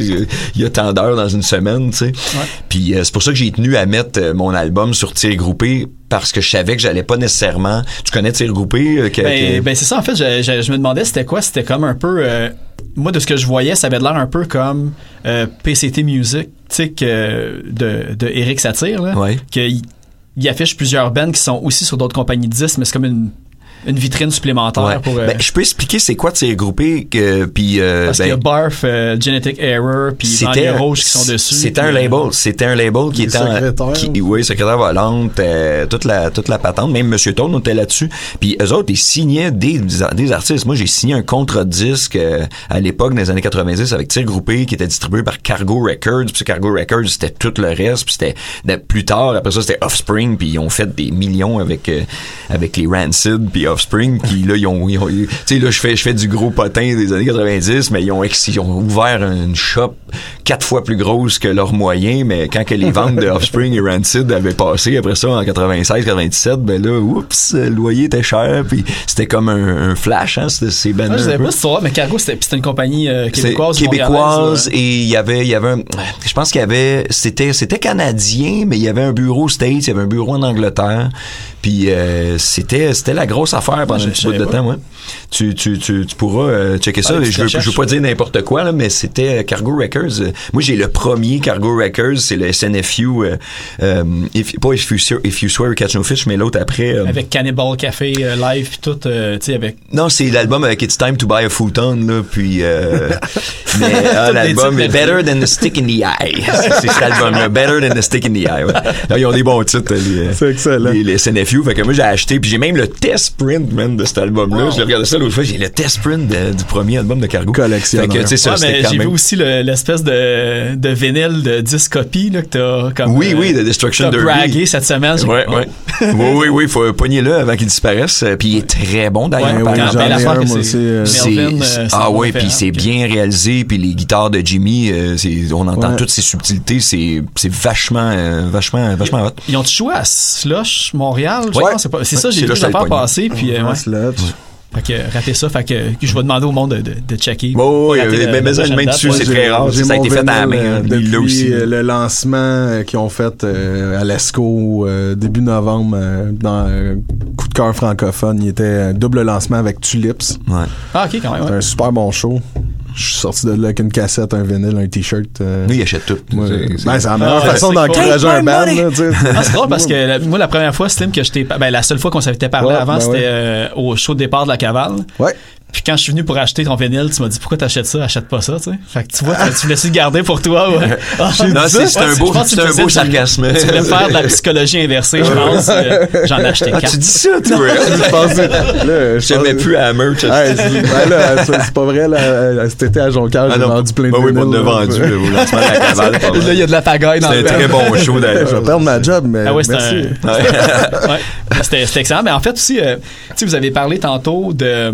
il y a tant d'heures dans une semaine, tu sais. Ouais. Puis euh, c'est pour ça que j'ai tenu à mettre euh, mon album sur Tir Groupé, parce que je savais que j'allais pas nécessairement... Tu connais Tir Groupé? Euh, que, ben, que... ben c'est ça, en fait, je, je, je me demandais c'était quoi, c'était comme un peu... Euh, moi, de ce que je voyais, ça avait l'air un peu comme euh, P C T Music, tu sais, que de, de Éric Satir, là, ouais. qu'il il affiche plusieurs bands qui sont aussi sur d'autres compagnies de disques, mais c'est comme une... une vitrine supplémentaire ouais. pour... Euh, ben, je peux expliquer c'est quoi Tir Groupé, que, puis... Euh, parce ben, qu'il y a Barf, euh, Genetic Error, puis les Rouges qui sont dessus. C'était un puis, label. C'était un label qui était... secrétaire. Qui, oui, secrétaire volante, euh, toute, la, toute la patente. Même Monsieur Toad était là-dessus. Puis eux autres, ils signaient des, des artistes. Moi, j'ai signé un contrat-disque euh, à l'époque, dans les années quatre-vingt-dix, avec Tir Groupé, qui était distribué par Cargo Records. Puis Cargo Records, c'était tout le reste. Puis c'était... De, plus tard, après ça, c'était Offspring. Puis ils ont fait des millions avec, euh, avec les Rancid, puis Offspring. Puis là, ils ont, ils ont tu sais, là, je fais, je fais du gros potin des années quatre-vingt-dix, mais ils ont, ils ont ouvert une shop quatre fois plus grosse que leurs moyens, mais quand que les ventes de Offspring et Rancid avaient passé, après ça, en quatre-vingt-seize quatre-vingt-dix-sept, ben là, oups, le loyer était cher, puis c'était comme un, un flash, hein, c'était ces bandes. Ah, je savais pas ça, mais Cargo, c'était, c'était une compagnie euh, québécoise. Québécoise, et il y avait, il y avait un, je pense qu'il y avait, c'était, c'était canadien, mais il y avait un bureau aux States, il y avait un bureau en Angleterre, puis euh, c'était, c'était la grosse affaire pendant je, un petit bout de temps, ouais. Tu, tu, tu, tu pourras euh, checker ça. Ah, je veux, je veux pas dire n'importe quoi, là, mais c'était Cargo Records. Moi, j'ai le premier Cargo Records, c'est le S N F U, euh, euh, if, pas If You, if you Swear We Catch No Fish, mais l'autre après. Euh, avec Cannibal Café euh, live puis tout, euh, tu sais, avec. Non, c'est l'album avec It's Time to Buy a Futon, là, puis euh, mais ah, l'album est Better Than the Stick in the Eye. C'est, c'est cet album-là, Better Than the Stick in the Eye. Ouais. Là, ils ont des bons titres, les, c'est excellent. Les, les S N F U. Fait que moi, j'ai acheté, puis j'ai même le test print, man, de cet album-là. Wow. Je l'ai regardé ça l'autre fois, j'ai le test print de, du premier album de Cargo. Collectionneur. Fait que, tu sais, ça, Ouais, c'était mais quand j'ai même... vu aussi le, l'espèce de, de vinyle de dix copies là, que t'as comme. Oui, euh, oui, The Destruction Derby. Derby. bragué cette semaine. Ouais, ouais. oui, oui, oui, faut pogner là avant qu'il disparaisse. Puis il est très bon d'ailleurs. Ouais, par oui, exemple. j'en ai un, que moi c'est- aussi, euh, C'est, Melvin, c'est- euh, c'est ah un bon ouais, puis référent. c'est bien réalisé, puis les guitares de Jimmy, euh, c'est, on entend Ouais. toutes ces subtilités, c'est, c'est vachement, euh, vachement, vachement hot. Ils ont joué à Slush, Montréal, je Ouais. pense. C'est, pas, c'est ça, Ouais, j'ai c'est vu là les que je affaires l'ai pogné. passer, puis euh, ouais. Ouais, Sludge. Fait que ratez ça, fait que, que je vais demander au monde de, de, de checker. Bon, oui, Pas rater mais le- mais la mets une prochaine main date. dessus, Ouais, c'est j'ai- très rare. J'ai Ça a mon été fait à la vinyle, main, hein. euh, Il l'a depuis aussi. euh, le lancement euh, qu'ils ont fait euh, à l'Esco euh, début novembre euh, dans euh, Coup de cœur francophone. Il était un double lancement avec Tulips. Ouais. Ah, ok, quand même. C'était Ouais. un super bon show. Je suis sorti de là avec une cassette, un vinyle, un t-shirt. Euh, Nous, il achète tout. moi, C'est- c'est- ben, c'est la meilleure Ah, façon c'est d'encourager cool. un band. Là, tu sais. Ah, c'est drôle parce que la- moi, la première fois, Slim, que je t'ai. Ben, la seule fois qu'on s'était parlé Ouais, avant, ben c'était ouais. euh, au show de départ de la Cavale. Ouais. Puis quand je suis venu pour acheter ton vinyle, tu m'as dit pourquoi t'achètes ça, achète pas ça, tu sais. Fait que tu vois, tu tu voulais-tu le garder pour toi ou... Ah, Non, c'est, c'est ouais, un je beau, pense que c'est tu un faisais beau du- sarcasme. Tu voulais faire de la psychologie inversée, je pense. Euh, j'en ai acheté Ah, quatre. tu dis ça, toi. Je pensais. Là, Je te mets plus à la merch. Hey, c'est, ben là, c'est, c'est pas vrai, là. Cet été à Jonquière, Ah j'ai non, vendu plein de bah oui, vinyles, on a là. vendu le au lancement de la Cavale. Là, il y a de la pagaille dans C'était le un très bon show, Je d'ailleurs. vais perdre ma job, mais Ah ouais, c'était merci. un... ouais. C'était, c'était excellent. Mais en fait aussi, euh, tu sais, vous avez parlé tantôt de...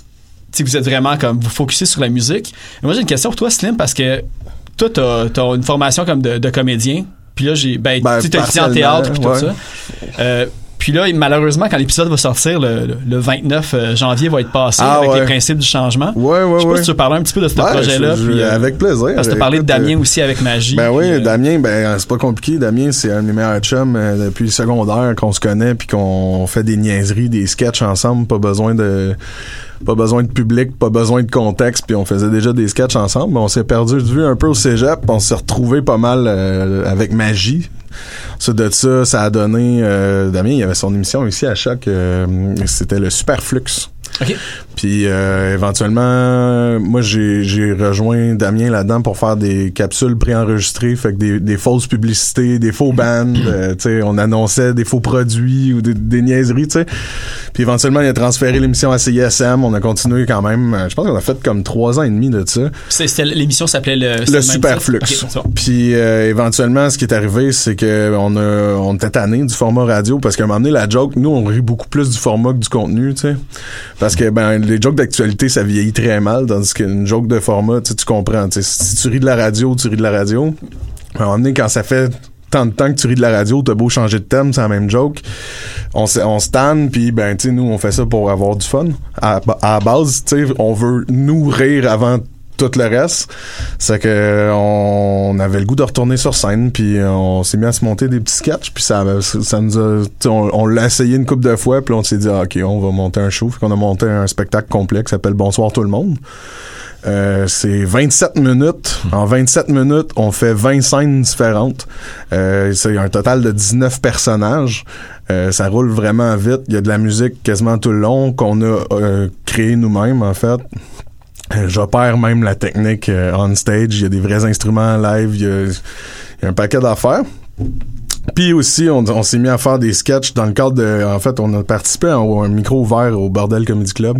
Tu sais, vous êtes vraiment comme... Vous focussez sur la musique. Mais moi, j'ai une question pour toi, Slim, parce que toi, t'as, t'as une formation comme de, de comédien. Puis là, j'ai... Ben, Ben, tu sais, t'as étudié en théâtre puis tout partiellement, ça. Euh, puis là, malheureusement, quand l'épisode va sortir, le, le, le vingt-neuf janvier va être passé Ah, avec ouais. les principes du changement. Ouais, ouais, Je sais pas ouais. si tu veux parler un petit peu de ce Ouais, projet-là. je- je- puis, euh, avec plaisir. Parce que tu as parlé de Écoute, Damien euh, aussi avec Magie. Ben oui, puis, euh, Damien, ben c'est pas compliqué. Damien, c'est un de mes meilleurs chums euh, depuis le secondaire qu'on se connaît puis qu'on fait des niaiseries, des sketchs ensemble. Pas besoin de, pas besoin de public, pas besoin de contexte. Puis on faisait déjà des sketchs ensemble. Mais on s'est perdu de vue un peu au cégep. On s'est retrouvé pas mal euh, avec Magie. Ça, de ça, ça a donné... Euh, Damien, il avait son émission ici à Choc. Euh, c'était le Superflux. OK. Puis euh, éventuellement, moi j'ai j'ai rejoint Damien là-dedans pour faire des capsules préenregistrées, fait que des, des fausses publicités, des faux bands, euh, tu sais, on annonçait des faux produits ou des, des niaiseries, tu sais. Puis éventuellement, il a transféré l'émission à C I S M, on a continué quand même. Je pense qu'on a fait comme trois ans et demi de ça. C'est, c'était, l'émission s'appelait le... c'était Le même Superflux. titre? OK, c'est bon. Puis euh, éventuellement, ce qui est arrivé, c'est que on a on était tanné du format radio parce qu'à un moment donné, la joke, nous on rit beaucoup plus du format que du contenu, tu sais. Parce que ben les jokes d'actualité, ça vieillit très mal, tandis qu'une joke de format, tu sais, tu comprends. Tu sais, si tu ris de la radio, tu ris de la radio. À un moment donné, quand ça fait tant de temps que tu ris de la radio, t'as beau changer de thème, c'est la même joke. On se, on se tanne, puis ben tu sais, nous on fait ça pour avoir du fun. À, à la base, tu sais, on veut nous rire avant tout le reste. C'est que on avait le goût de retourner sur scène, puis on s'est mis à se monter des petits sketchs, puis ça, ça nous a, on, on l'a essayé une couple de fois, puis on s'est dit, ah, ok, on va monter un show. Fait qu'on a monté un spectacle complet qui s'appelle Bonsoir tout le monde. Euh, c'est vingt-sept minutes. En vingt-sept minutes, on fait vingt scènes différentes. Euh, c'est un total de dix-neuf personnages. Euh, ça roule vraiment vite. Il y a de la musique quasiment tout le long qu'on a euh, créé nous-mêmes, en fait. Euh, j'opère même la technique euh, on stage. Il y a des vrais instruments live. Il y a, il y a un paquet d'affaires. Puis aussi, on, on s'est mis à faire des sketchs dans le cadre de... En fait, on a participé à un, un micro ouvert au Bordel Comedy Club.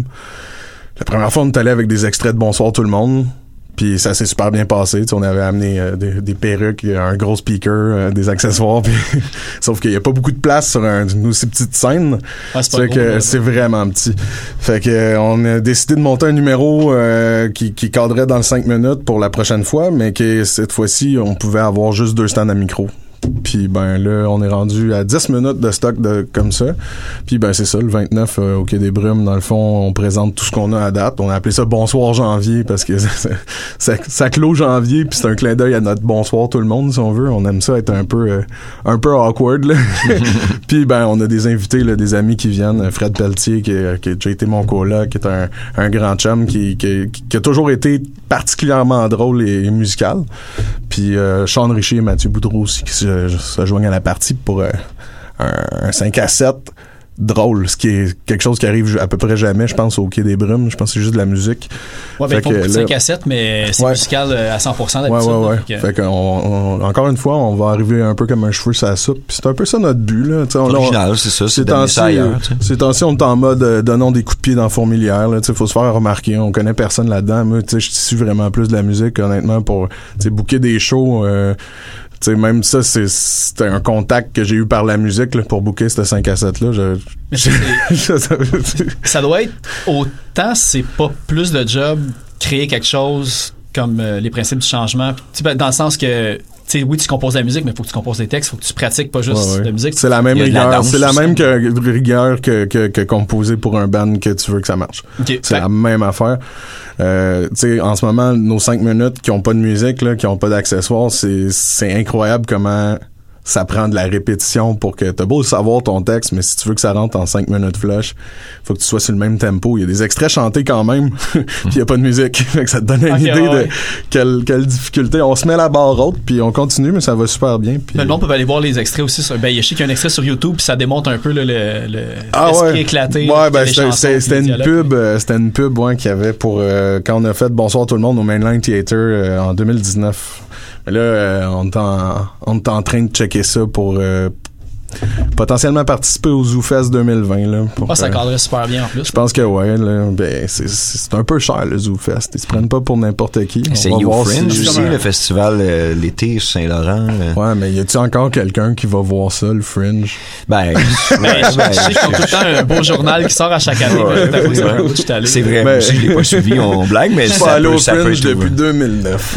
La première fois, on est allé avec des extraits de Bonsoir tout le monde, puis ça s'est super bien passé. T'sais, on avait amené euh, des, des perruques, un gros speaker, euh, des accessoires, pis sauf qu'il y a pas beaucoup de place sur un, une aussi petite scène. Ah, c'est pas fait gros, que là, c'est vraiment petit. Fait que euh, on a décidé de monter un numéro euh, qui, qui cadrait dans le cinq minutes pour la prochaine fois, mais que cette fois-ci, on pouvait avoir juste deux stands à micro. Puis ben là, on est rendu à dix minutes de stock de comme ça. Puis ben c'est ça, le vingt-neuf euh, au Quai des Brumes, dans le fond, on présente tout ce qu'on a à date. On a appelé ça Bonsoir janvier parce que ça, ça, ça clôt janvier, puis c'est un clin d'œil à notre Bonsoir tout le monde, si on veut. On aime ça être un peu euh, un peu awkward, là. Puis ben on a des invités, là, des amis qui viennent. Fred Pelletier, qui, qui a déjà été mon coloc, qui est un, un grand chum, qui, qui, qui a toujours été particulièrement drôle et, et musical. Puis euh, Sean Richer et Mathieu Boudreau aussi qui se, se joignent à la partie pour euh, un, un cinq à sept drôle, ce qui est quelque chose qui arrive à peu près jamais, je pense, au Quai des Brumes. Je pense que c'est juste de la musique. Ouais, ben, il faut beaucoup de cinq à sept, mais c'est ouais. musical à cent pour cent d'habitude. Ouais, ouais, ouais. Donc, euh... fait qu'on, on, encore une fois, on va arriver un peu comme un cheveu sur la soupe. Puis c'est un peu ça notre but, là. C'est original, c'est ça. C'est d'amener ça ailleurs. Ces temps-ci, on est en mode euh, donnons des coups de pied dans la fourmilière, là. Tu sais, faut se faire remarquer. On connaît personne là-dedans. Moi, tu sais, je suis vraiment plus de la musique, honnêtement, pour, tu sais, booker des shows, euh, tu sais, même ça, c'est, c'était un contact que j'ai eu par la musique là, pour booker ce cinq à sept-là. Je, Mais je, ça, ça doit être autant, c'est pas plus de job créer quelque chose comme euh, les principes du changement. Dans le sens que, tu sais, oui, tu composes la musique, mais il faut que tu composes des textes, il faut que tu pratiques pas juste ouais, ouais. la musique. C'est la même rigueur, la c'est la même que, rigueur que, que, que composer pour un band que tu veux que ça marche. Okay. C'est fait. La même affaire. Euh, tu sais, en ce moment, nos cinq minutes qui ont pas de musique, là, qui ont pas d'accessoires, c'est, c'est incroyable comment ça prend de la répétition pour que t'as beau savoir ton texte, mais si tu veux que ça rentre en cinq minutes flush, faut que tu sois sur le même tempo. Il y a des extraits chantés quand même, puis il y a pas de musique. Fait que ça te donne une okay, idée ouais. de quelle, quelle difficulté. On se met la barre haute, puis on continue, mais ça va super bien. Puis... Mais le monde peut aller voir les extraits aussi. Sur... Ben, je sais qu'il y a un extrait sur YouTube, puis ça démontre un peu là, le, le ah, l'esprit ouais. éclaté. Ouais, ben c'était, c'était, c'était une pub, euh, c'était une pub ouais, qu'il y avait pour euh, quand on a fait Bonsoir tout le monde au Mainline Theater euh, en deux mille dix-neuf. Mais là, euh, on est en, on est en train de checker ça pour euh, potentiellement participer au ZooFest deux mille vingt. Là, pour, oh, ça cadrait super bien en plus. Je pense que ouais. Là, ben, c'est, c'est un peu cher le ZooFest. Ils se prennent pas pour n'importe qui. C'est You Fringe si aussi, le festival euh, l'été sur Saint-Laurent. Là. Ouais, mais y a-tu encore quelqu'un qui va voir ça, le Fringe? Ben, ben, ben je sais qu'ils ont tout le temps un beau journal qui sort à chaque année. Ouais, ouais, ouais. C'est, allé, c'est vrai, mais... je l'ai pas suivi, on blague, mais je ça pas allé peut, au ça Fringe peut depuis deux mille neuf.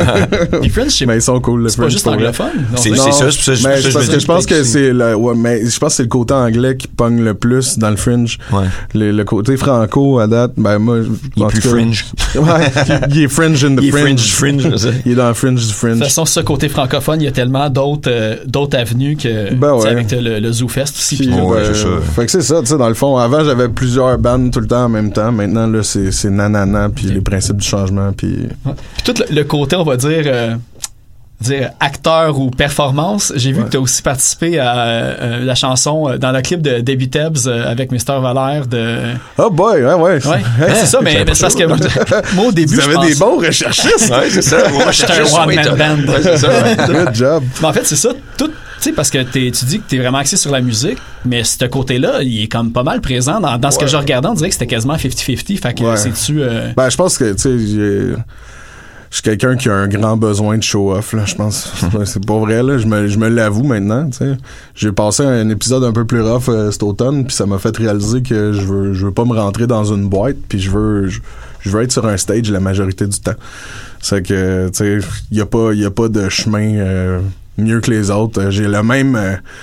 Les Fringe, c'est, mais ils sont cool. Le c'est Fringe, pas juste anglophone. C'est, c'est ça, c'est ça. Mais parce que je pense que c'est le, ouais, mais je pense que c'est le côté anglais qui pogne le plus dans le Fringe. Ouais. Le, le côté franco à date, ben moi, il est plus cas, Fringe. Ouais, il est Fringe in the il est Fringe. Fringe, Fringe. Il est dans le Fringe du Fringe. De toute façon, ce côté francophone, il y a tellement d'autres euh, d'autres avenues que ben ouais. avec le, le ZooFest aussi. Puis, puis, ouais, ben, c'est ça. Fait que c'est ça, tu sais, dans le fond, avant j'avais plusieurs bandes tout le temps en même temps. Maintenant là, c'est c'est nanana puis okay. les principes du changement puis. Ouais. Puis tout le, le côté, on va dire. Euh, dire acteur ou performance, j'ai vu ouais. que tu as aussi participé à euh, la chanson euh, dans le clip de Debbie Tebbs euh, avec mister Valère de oh boy ouais ouais, ouais. ouais c'est ça mais, mais c'est parce que moi, moi au début vous avez pense... des bons recherchistes. Ouais, c'est ça. Moi j'étais un one man band. Ouais, c'est ça. Ouais. Good job. Mais en fait c'est ça tout tu sais parce que t'es, tu dis que t'es vraiment axé sur la musique mais ce côté-là il est comme pas mal présent dans, dans ce ouais. que je regardais on dirait que c'était quasiment cinquante cinquante fait que ouais. c'est-tu euh... ben je pense que tu sais j'ai je suis quelqu'un qui a un grand besoin de show-off, là, je pense. C'est pas vrai, là. Je me, je me l'avoue maintenant, tu sais. J'ai passé un épisode un peu plus rough euh, cet automne, puis ça m'a fait réaliser que je veux, je veux pas me rentrer dans une boîte, puis je veux, je, je veux être sur un stage la majorité du temps. C'est que, tu sais, y a pas, y a pas de chemin euh, mieux que les autres. J'ai le même... Euh,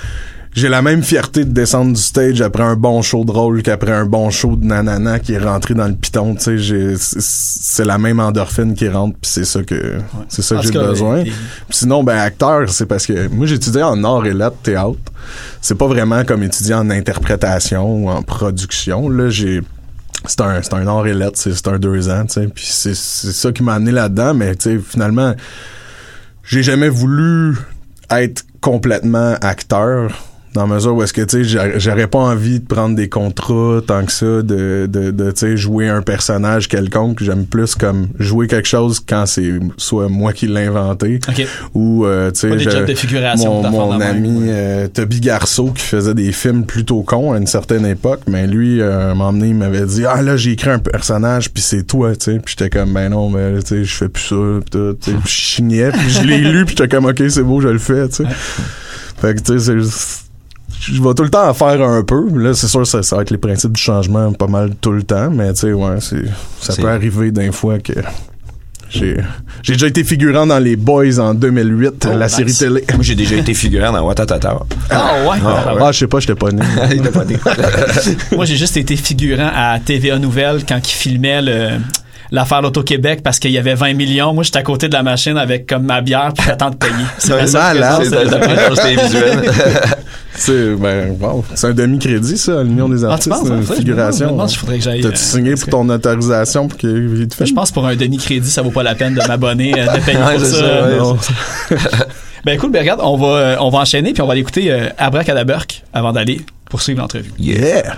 j'ai la même fierté de descendre du stage après un bon show de rôle qu'après un bon show de nanana qui est rentré dans le piton, tu sais, j'ai, c'est, c'est la même endorphine qui rentre, puis c'est ça que, ouais. c'est ça que j'ai besoin. Puis sinon, ben, acteur, c'est parce que moi, j'ai étudié en art et lettres théâtre. C'est pas vraiment comme étudier en interprétation ou en production, là, j'ai, c'est un, c'est un art et lettres, c'est, c'est un deux ans, tu sais, puis c'est, c'est ça qui m'a amené là-dedans, mais tu sais, finalement, j'ai jamais voulu être complètement acteur, dans la mesure où est-ce que, tu sais, j'aurais pas envie de prendre des contrats tant que ça, de, de, de tu sais, jouer un personnage quelconque. J'aime plus comme jouer quelque chose quand c'est soit moi qui l'ai inventé, okay. ou, euh, tu sais, des jobs de figuration, mon, mon ami euh, Toby Garceau qui faisait des films plutôt cons à une certaine époque, mais lui, euh, un moment donné, il m'avait dit, ah là, j'ai écrit un personnage, puis c'est toi, tu sais, puis j'étais comme, ben non, mais tu sais, je fais plus ça, pis tout, tu sais, puis je chignais, puis je l'ai lu, puis j'étais comme, ok, c'est beau, je le fais, tu sais. Fait que, tu sais, c'est juste, je vais tout le temps en faire un peu. Là, c'est sûr, ça, ça va être les principes du changement pas mal tout le temps, mais tu sais, ouais, c'est, ça c'est... peut arriver d'un fois que j'ai, j'ai déjà été figurant dans Les Boys en deux mille huit, oh, la nice. série télé. Moi, j'ai déjà été figurant dans Watatata. Ah ouais? Ah, ouais. ah je sais pas, j'étais pas né. Il était pas né. Moi, j'ai juste été figurant à T V A Nouvelles quand ils filmaient le... l'affaire l'Auto-Québec parce qu'il y avait vingt millions. Moi, j'étais à côté de la machine avec comme ma bière puis j'attends de payer. C'est ça là, c'est visuel. C'est ben wow, c'est un demi-crédit ça, à l'Union des artistes, ah, tu penses, une figuration. Je me demande, il faudrait que j'aille. T'as-tu signé pour ton autorisation pour qu'il te fasse? Je pense pour un demi-crédit, ça vaut pas la peine de m'abonner, de payer pour ça. ça ouais, ben écoute, ben regarde, on va on va enchaîner puis on va aller écouter euh, Abracadaburk avant d'aller poursuivre l'entrevue. Yeah.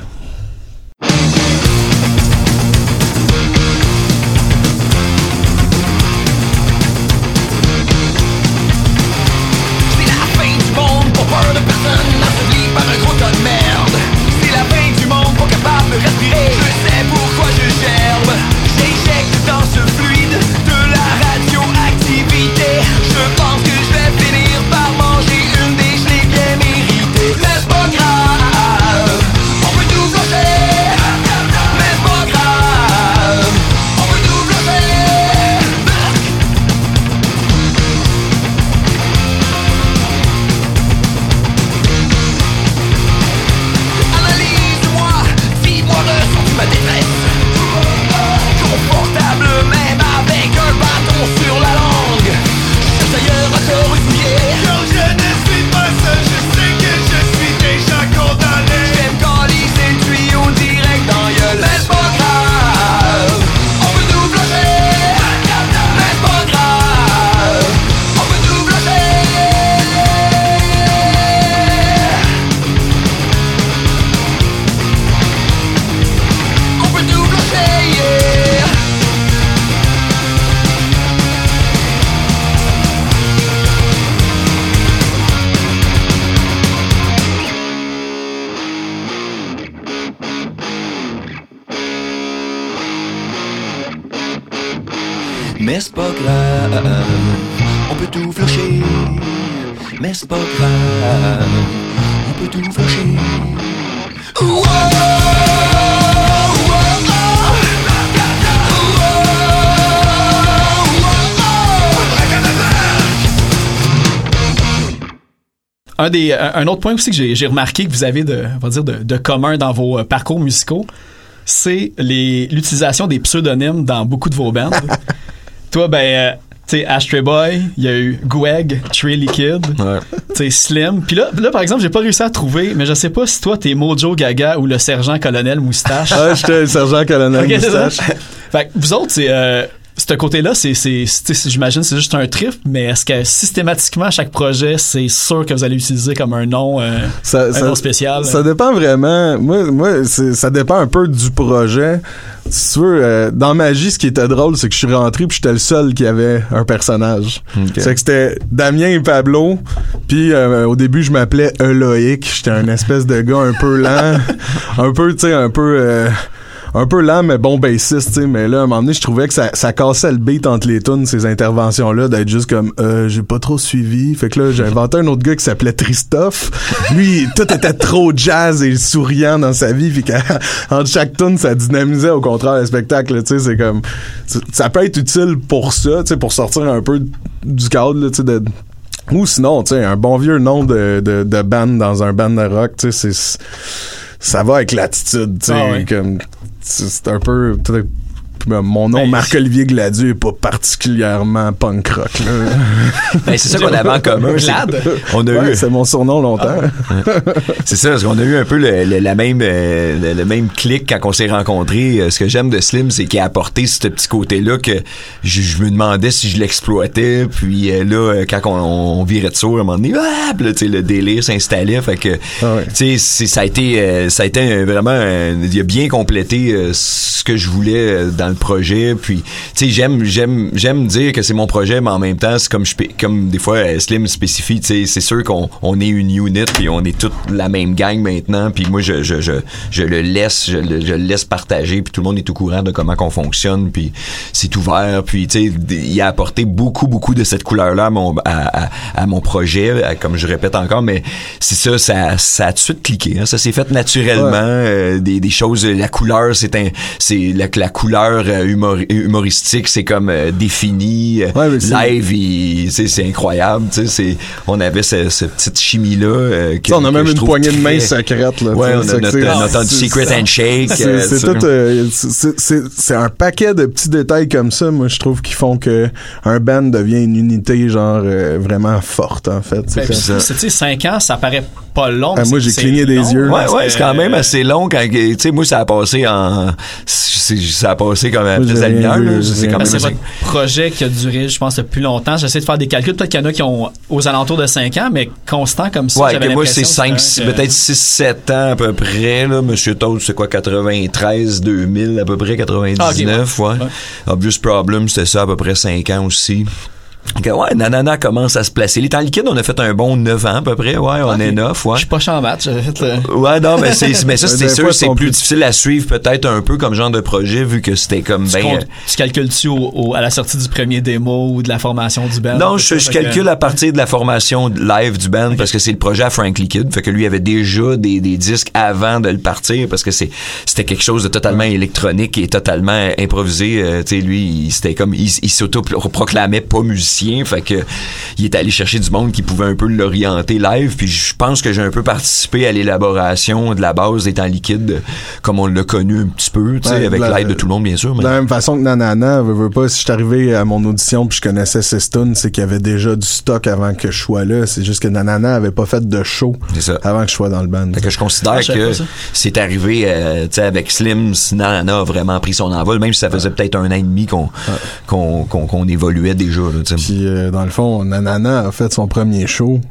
Mais c'est pas grave, on peut tout flusher. Mais c'est pas grave, on peut tout flusher. Wow! Un, des, un autre point aussi que j'ai, j'ai remarqué que vous avez de, on va dire de, de commun dans vos parcours musicaux, c'est les, l'utilisation des pseudonymes dans beaucoup de vos bands. Toi, ben, euh, tu sais, Ashtray Boy, il y a eu Gweg, Trilly Kid, ouais. tu sais, Slim. Puis là, là, par exemple, j'ai pas réussi à trouver, mais je sais pas si toi, t'es Mojo Gaga ou le Sergent Colonel Moustache. Ah, j'étais le Sergent Colonel okay, Moustache. Fait que vous autres, c'est... Euh, ce côté-là, c'est, c'est, c'est, j'imagine, c'est juste un trip, mais est-ce que systématiquement, à chaque projet, c'est sûr que vous allez utiliser comme un nom, euh, ça, un ça, nom spécial? Ça dépend vraiment. Moi, moi c'est, ça dépend un peu du projet. Si tu veux, euh, dans Magie, ce qui était drôle, c'est que je suis rentré puis j'étais le seul qui avait un personnage. Okay. C'est que c'était Damien et Pablo, puis euh, au début, je m'appelais Eloïc. J'étais un espèce de gars un peu lent, un peu, tu sais, un peu... Euh, un peu lent, mais bon bassiste, tu sais. Mais là, à un moment donné, je trouvais que ça, ça cassait le beat entre les tunes, ces interventions-là, d'être juste comme, euh, j'ai pas trop suivi. Fait que là, j'ai inventé un autre gars qui s'appelait Christophe. Lui, tout était trop jazz et souriant dans sa vie. Puis qu'entre chaque tune, ça dynamisait au contraire le spectacle, tu sais. C'est comme, ça peut être utile pour ça, tu sais, pour sortir un peu du cadre, tu sais, de Ou sinon, tu sais, un bon vieux nom de, de, de band dans un band de rock, tu sais, c'est, ça va avec l'attitude, tu sais, ah ouais. comme, c'est un peu, mon nom, ben, Marc-Olivier Gladieux, est pas particulièrement punk rock, là. Ben, c'est ça qu'on avait en commun. Glad. On a ouais, eu. C'est mon surnom longtemps. Ah. C'est ça, parce qu'on a eu un peu le, le, la même, le, le même clic quand on s'est rencontrés. Ce que j'aime de Slim, c'est qu'il a apporté ce petit côté-là que je, je me demandais si je l'exploitais. Puis là, quand on, on virait de sourd, à un moment donné, ah, là, le délire s'installait. Fait que, ah ouais. tu sais, ça a été, ça a été vraiment, il a bien complété ce que je voulais dans le projet. Puis tu sais, j'aime j'aime j'aime dire que c'est mon projet, mais en même temps c'est comme je comme des fois Slim spécifie, tu sais, c'est sûr qu'on on est une unit puis on est toute la même gang maintenant, puis moi je je je je le laisse je le, je le laisse partager, puis tout le monde est au courant de comment qu'on fonctionne, puis c'est ouvert, puis tu sais, il a apporté beaucoup beaucoup de cette couleur là à mon à, à, à mon projet, à, comme je répète encore, mais c'est ça ça ça a tout de suite cliqué, hein, ça s'est fait naturellement, ouais. euh, des des choses, la couleur c'est un c'est la, la couleur Humor, humoristique, c'est comme euh, défini, euh, ouais, live, il, c'est, c'est incroyable, tu sais, c'est, on avait ce, ce petite chimie là. Euh, que, on a même une poignée très... de main secrète là. Ouais, on a notre, c'est, notre c'est, secret c'est, handshake. C'est, euh, c'est tout, euh, c'est, c'est, c'est un paquet de petits détails comme ça, moi je trouve, qui font que un band devient une unité genre euh, vraiment forte en fait. Ben, c'est ça. C'est, tu sais, cinq ans, ça paraît pas long. Ah, moi j'ai cligné des long, yeux. Ouais, ouais, que, c'est quand même assez long quand, tu sais, moi ça a passé en, ça a passé comme à plus la lumière. C'est quand même c'est votre projet qui a duré, je pense, le plus longtemps. J'essaie de faire des calculs. Peut-être qu'il y en a qui ont aux alentours de cinq ans, mais constant comme ça. Ouais, que moi, c'est cinq, que... peut-être six sept ans à peu près. Là. Monsieur Toad, c'est quoi, quatre-vingt-treize, deux mille, à peu près, quatre-vingt-dix-neuf, ah, okay, ouais. ouais. Obvious Problem, c'était ça, à peu près cinq ans aussi. Okay, ouais, Nanana commence à se placer. Les temps liquides, on a fait un bon neuf ans à peu près. Ouais, on okay. est neuf, ouais. Je suis pas en maths, j'avais fait le... Ouais, non, mais c'est, mais ça, c'est sûr, c'est plus difficile à suivre peut-être un peu comme genre de projet vu que c'était comme tu ben. Comptes, tu calcules-tu au, au, à la sortie du premier démo ou de la formation du band? Non, je, je calcule que... à partir de la formation live du band okay. parce que c'est le projet à Frank Liquid. Fait que lui avait déjà des, des disques avant de le partir parce que c'est, c'était quelque chose de totalement ouais. électronique et totalement improvisé. Euh, tu sais, lui, il, c'était comme, il, il s'auto-proclamait pas musicien. Fait que, il est allé chercher du monde qui pouvait un peu l'orienter live, puis je pense que j'ai un peu participé à l'élaboration de la base des temps liquides comme on l'a connu un petit peu, tu sais, ouais, avec la, l'aide de tout le monde bien sûr. Mais... De la même façon que Nanana, veux, veux pas, si je suis arrivé à mon audition puis je connaissais Sistun, c'est qu'il y avait déjà du stock avant que je sois là, c'est juste que Nanana avait pas fait de show avant que je sois dans le band. Fait que je considère ah, que c'est arrivé, euh, tu sais, avec Slim, Nanana a vraiment pris son envol, même si ça faisait ouais. peut-être un an et demi qu'on, ouais. qu'on, qu'on, qu'on évoluait déjà, tu sais. Puis, euh, dans le fond, Nanana a fait son premier show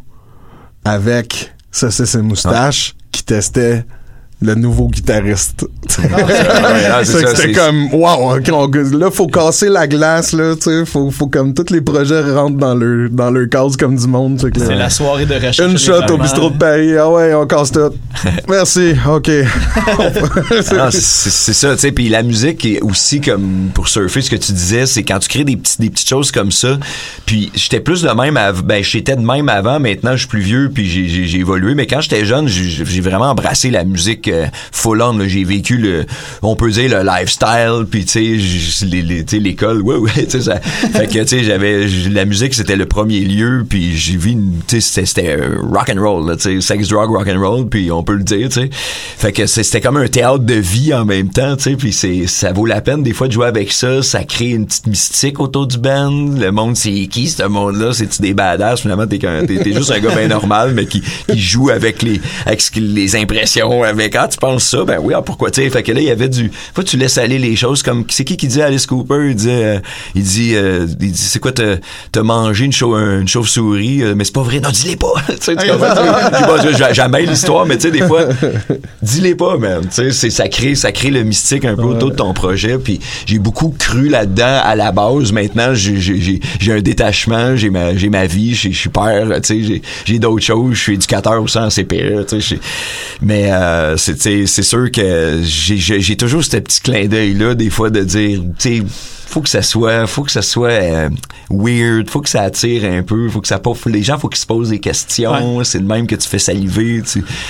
avec Saucisse et Moustache ouais. qui testait le nouveau guitariste. Ah, ouais, ouais, c'est ça, c'était c'est... comme wow, okay, on, là faut casser la glace là, tu sais, faut faut comme tous les projets rentrent dans leur dans leur case comme du monde, c'est, c'est là, la soirée de recherche. Une shot au bistrot de Paris. Ah ouais, on casse tout. Merci. OK. c'est, non, c'est, c'est, c'est ça, tu sais, puis la musique est aussi comme pour surfer ce que tu disais, c'est quand tu crées des petits des petites choses comme ça. Puis j'étais plus de même av- ben j'étais de même avant, maintenant je suis plus vieux puis j'ai j'ai, j'ai évolué, mais quand j'étais jeune, j'ai, j'ai vraiment embrassé la musique full on, là, j'ai vécu le, on peut dire le lifestyle, puis tu sais, les, les, tu sais, l'école, ouais, ouais, tu sais, ça, fait que tu sais, j'avais, la musique c'était le premier lieu, puis j'ai vu, tu sais, c'était, c'était rock and roll, tu sais, sex, drug, rock and roll, puis on peut le dire, tu sais, fait que c'était comme un théâtre de vie en même temps, tu sais, puis c'est, ça vaut la peine des fois de jouer avec ça, ça crée une petite mystique autour du band, le monde c'est qui ce monde-là, c'est-tu des badass, finalement t'es, t'es, t'es juste un gars bien normal, mais qui, qui joue avec les, avec les impressions, avec ah tu penses ça, ben oui, ah, pourquoi, tu sais, fait que là il y avait du, faut que tu laisses aller les choses comme, c'est qui qui dit à Alice Cooper, il dit, euh, il dit, euh, il dit, c'est quoi t'as, t'as mangé une, chau- une chauve-souris, euh, mais c'est pas vrai, non dis-les pas, tu sais, tu comprends, jamais l'histoire, mais tu sais des fois, dis-les pas, man, tu sais, c'est ça crée, ça crée le mystique un peu ouais. autour de ton projet, puis j'ai beaucoup cru là-dedans à la base. Maintenant j'ai j'ai j'ai, j'ai un détachement, j'ai ma j'ai ma vie, je suis père, tu sais, j'ai j'ai d'autres choses, je suis éducateur aussi en C P E, tu sais, mais euh, c'est tu sais, c'est sûr que j'ai, j'ai j'ai toujours ce petit clin d'œil là des fois de dire, tu sais, faut que ça soit faut que ça soit euh, weird, faut que ça attire un peu, faut que ça pas les gens faut qu'ils se posent des questions, ouais. C'est le même que tu fais saliver, tu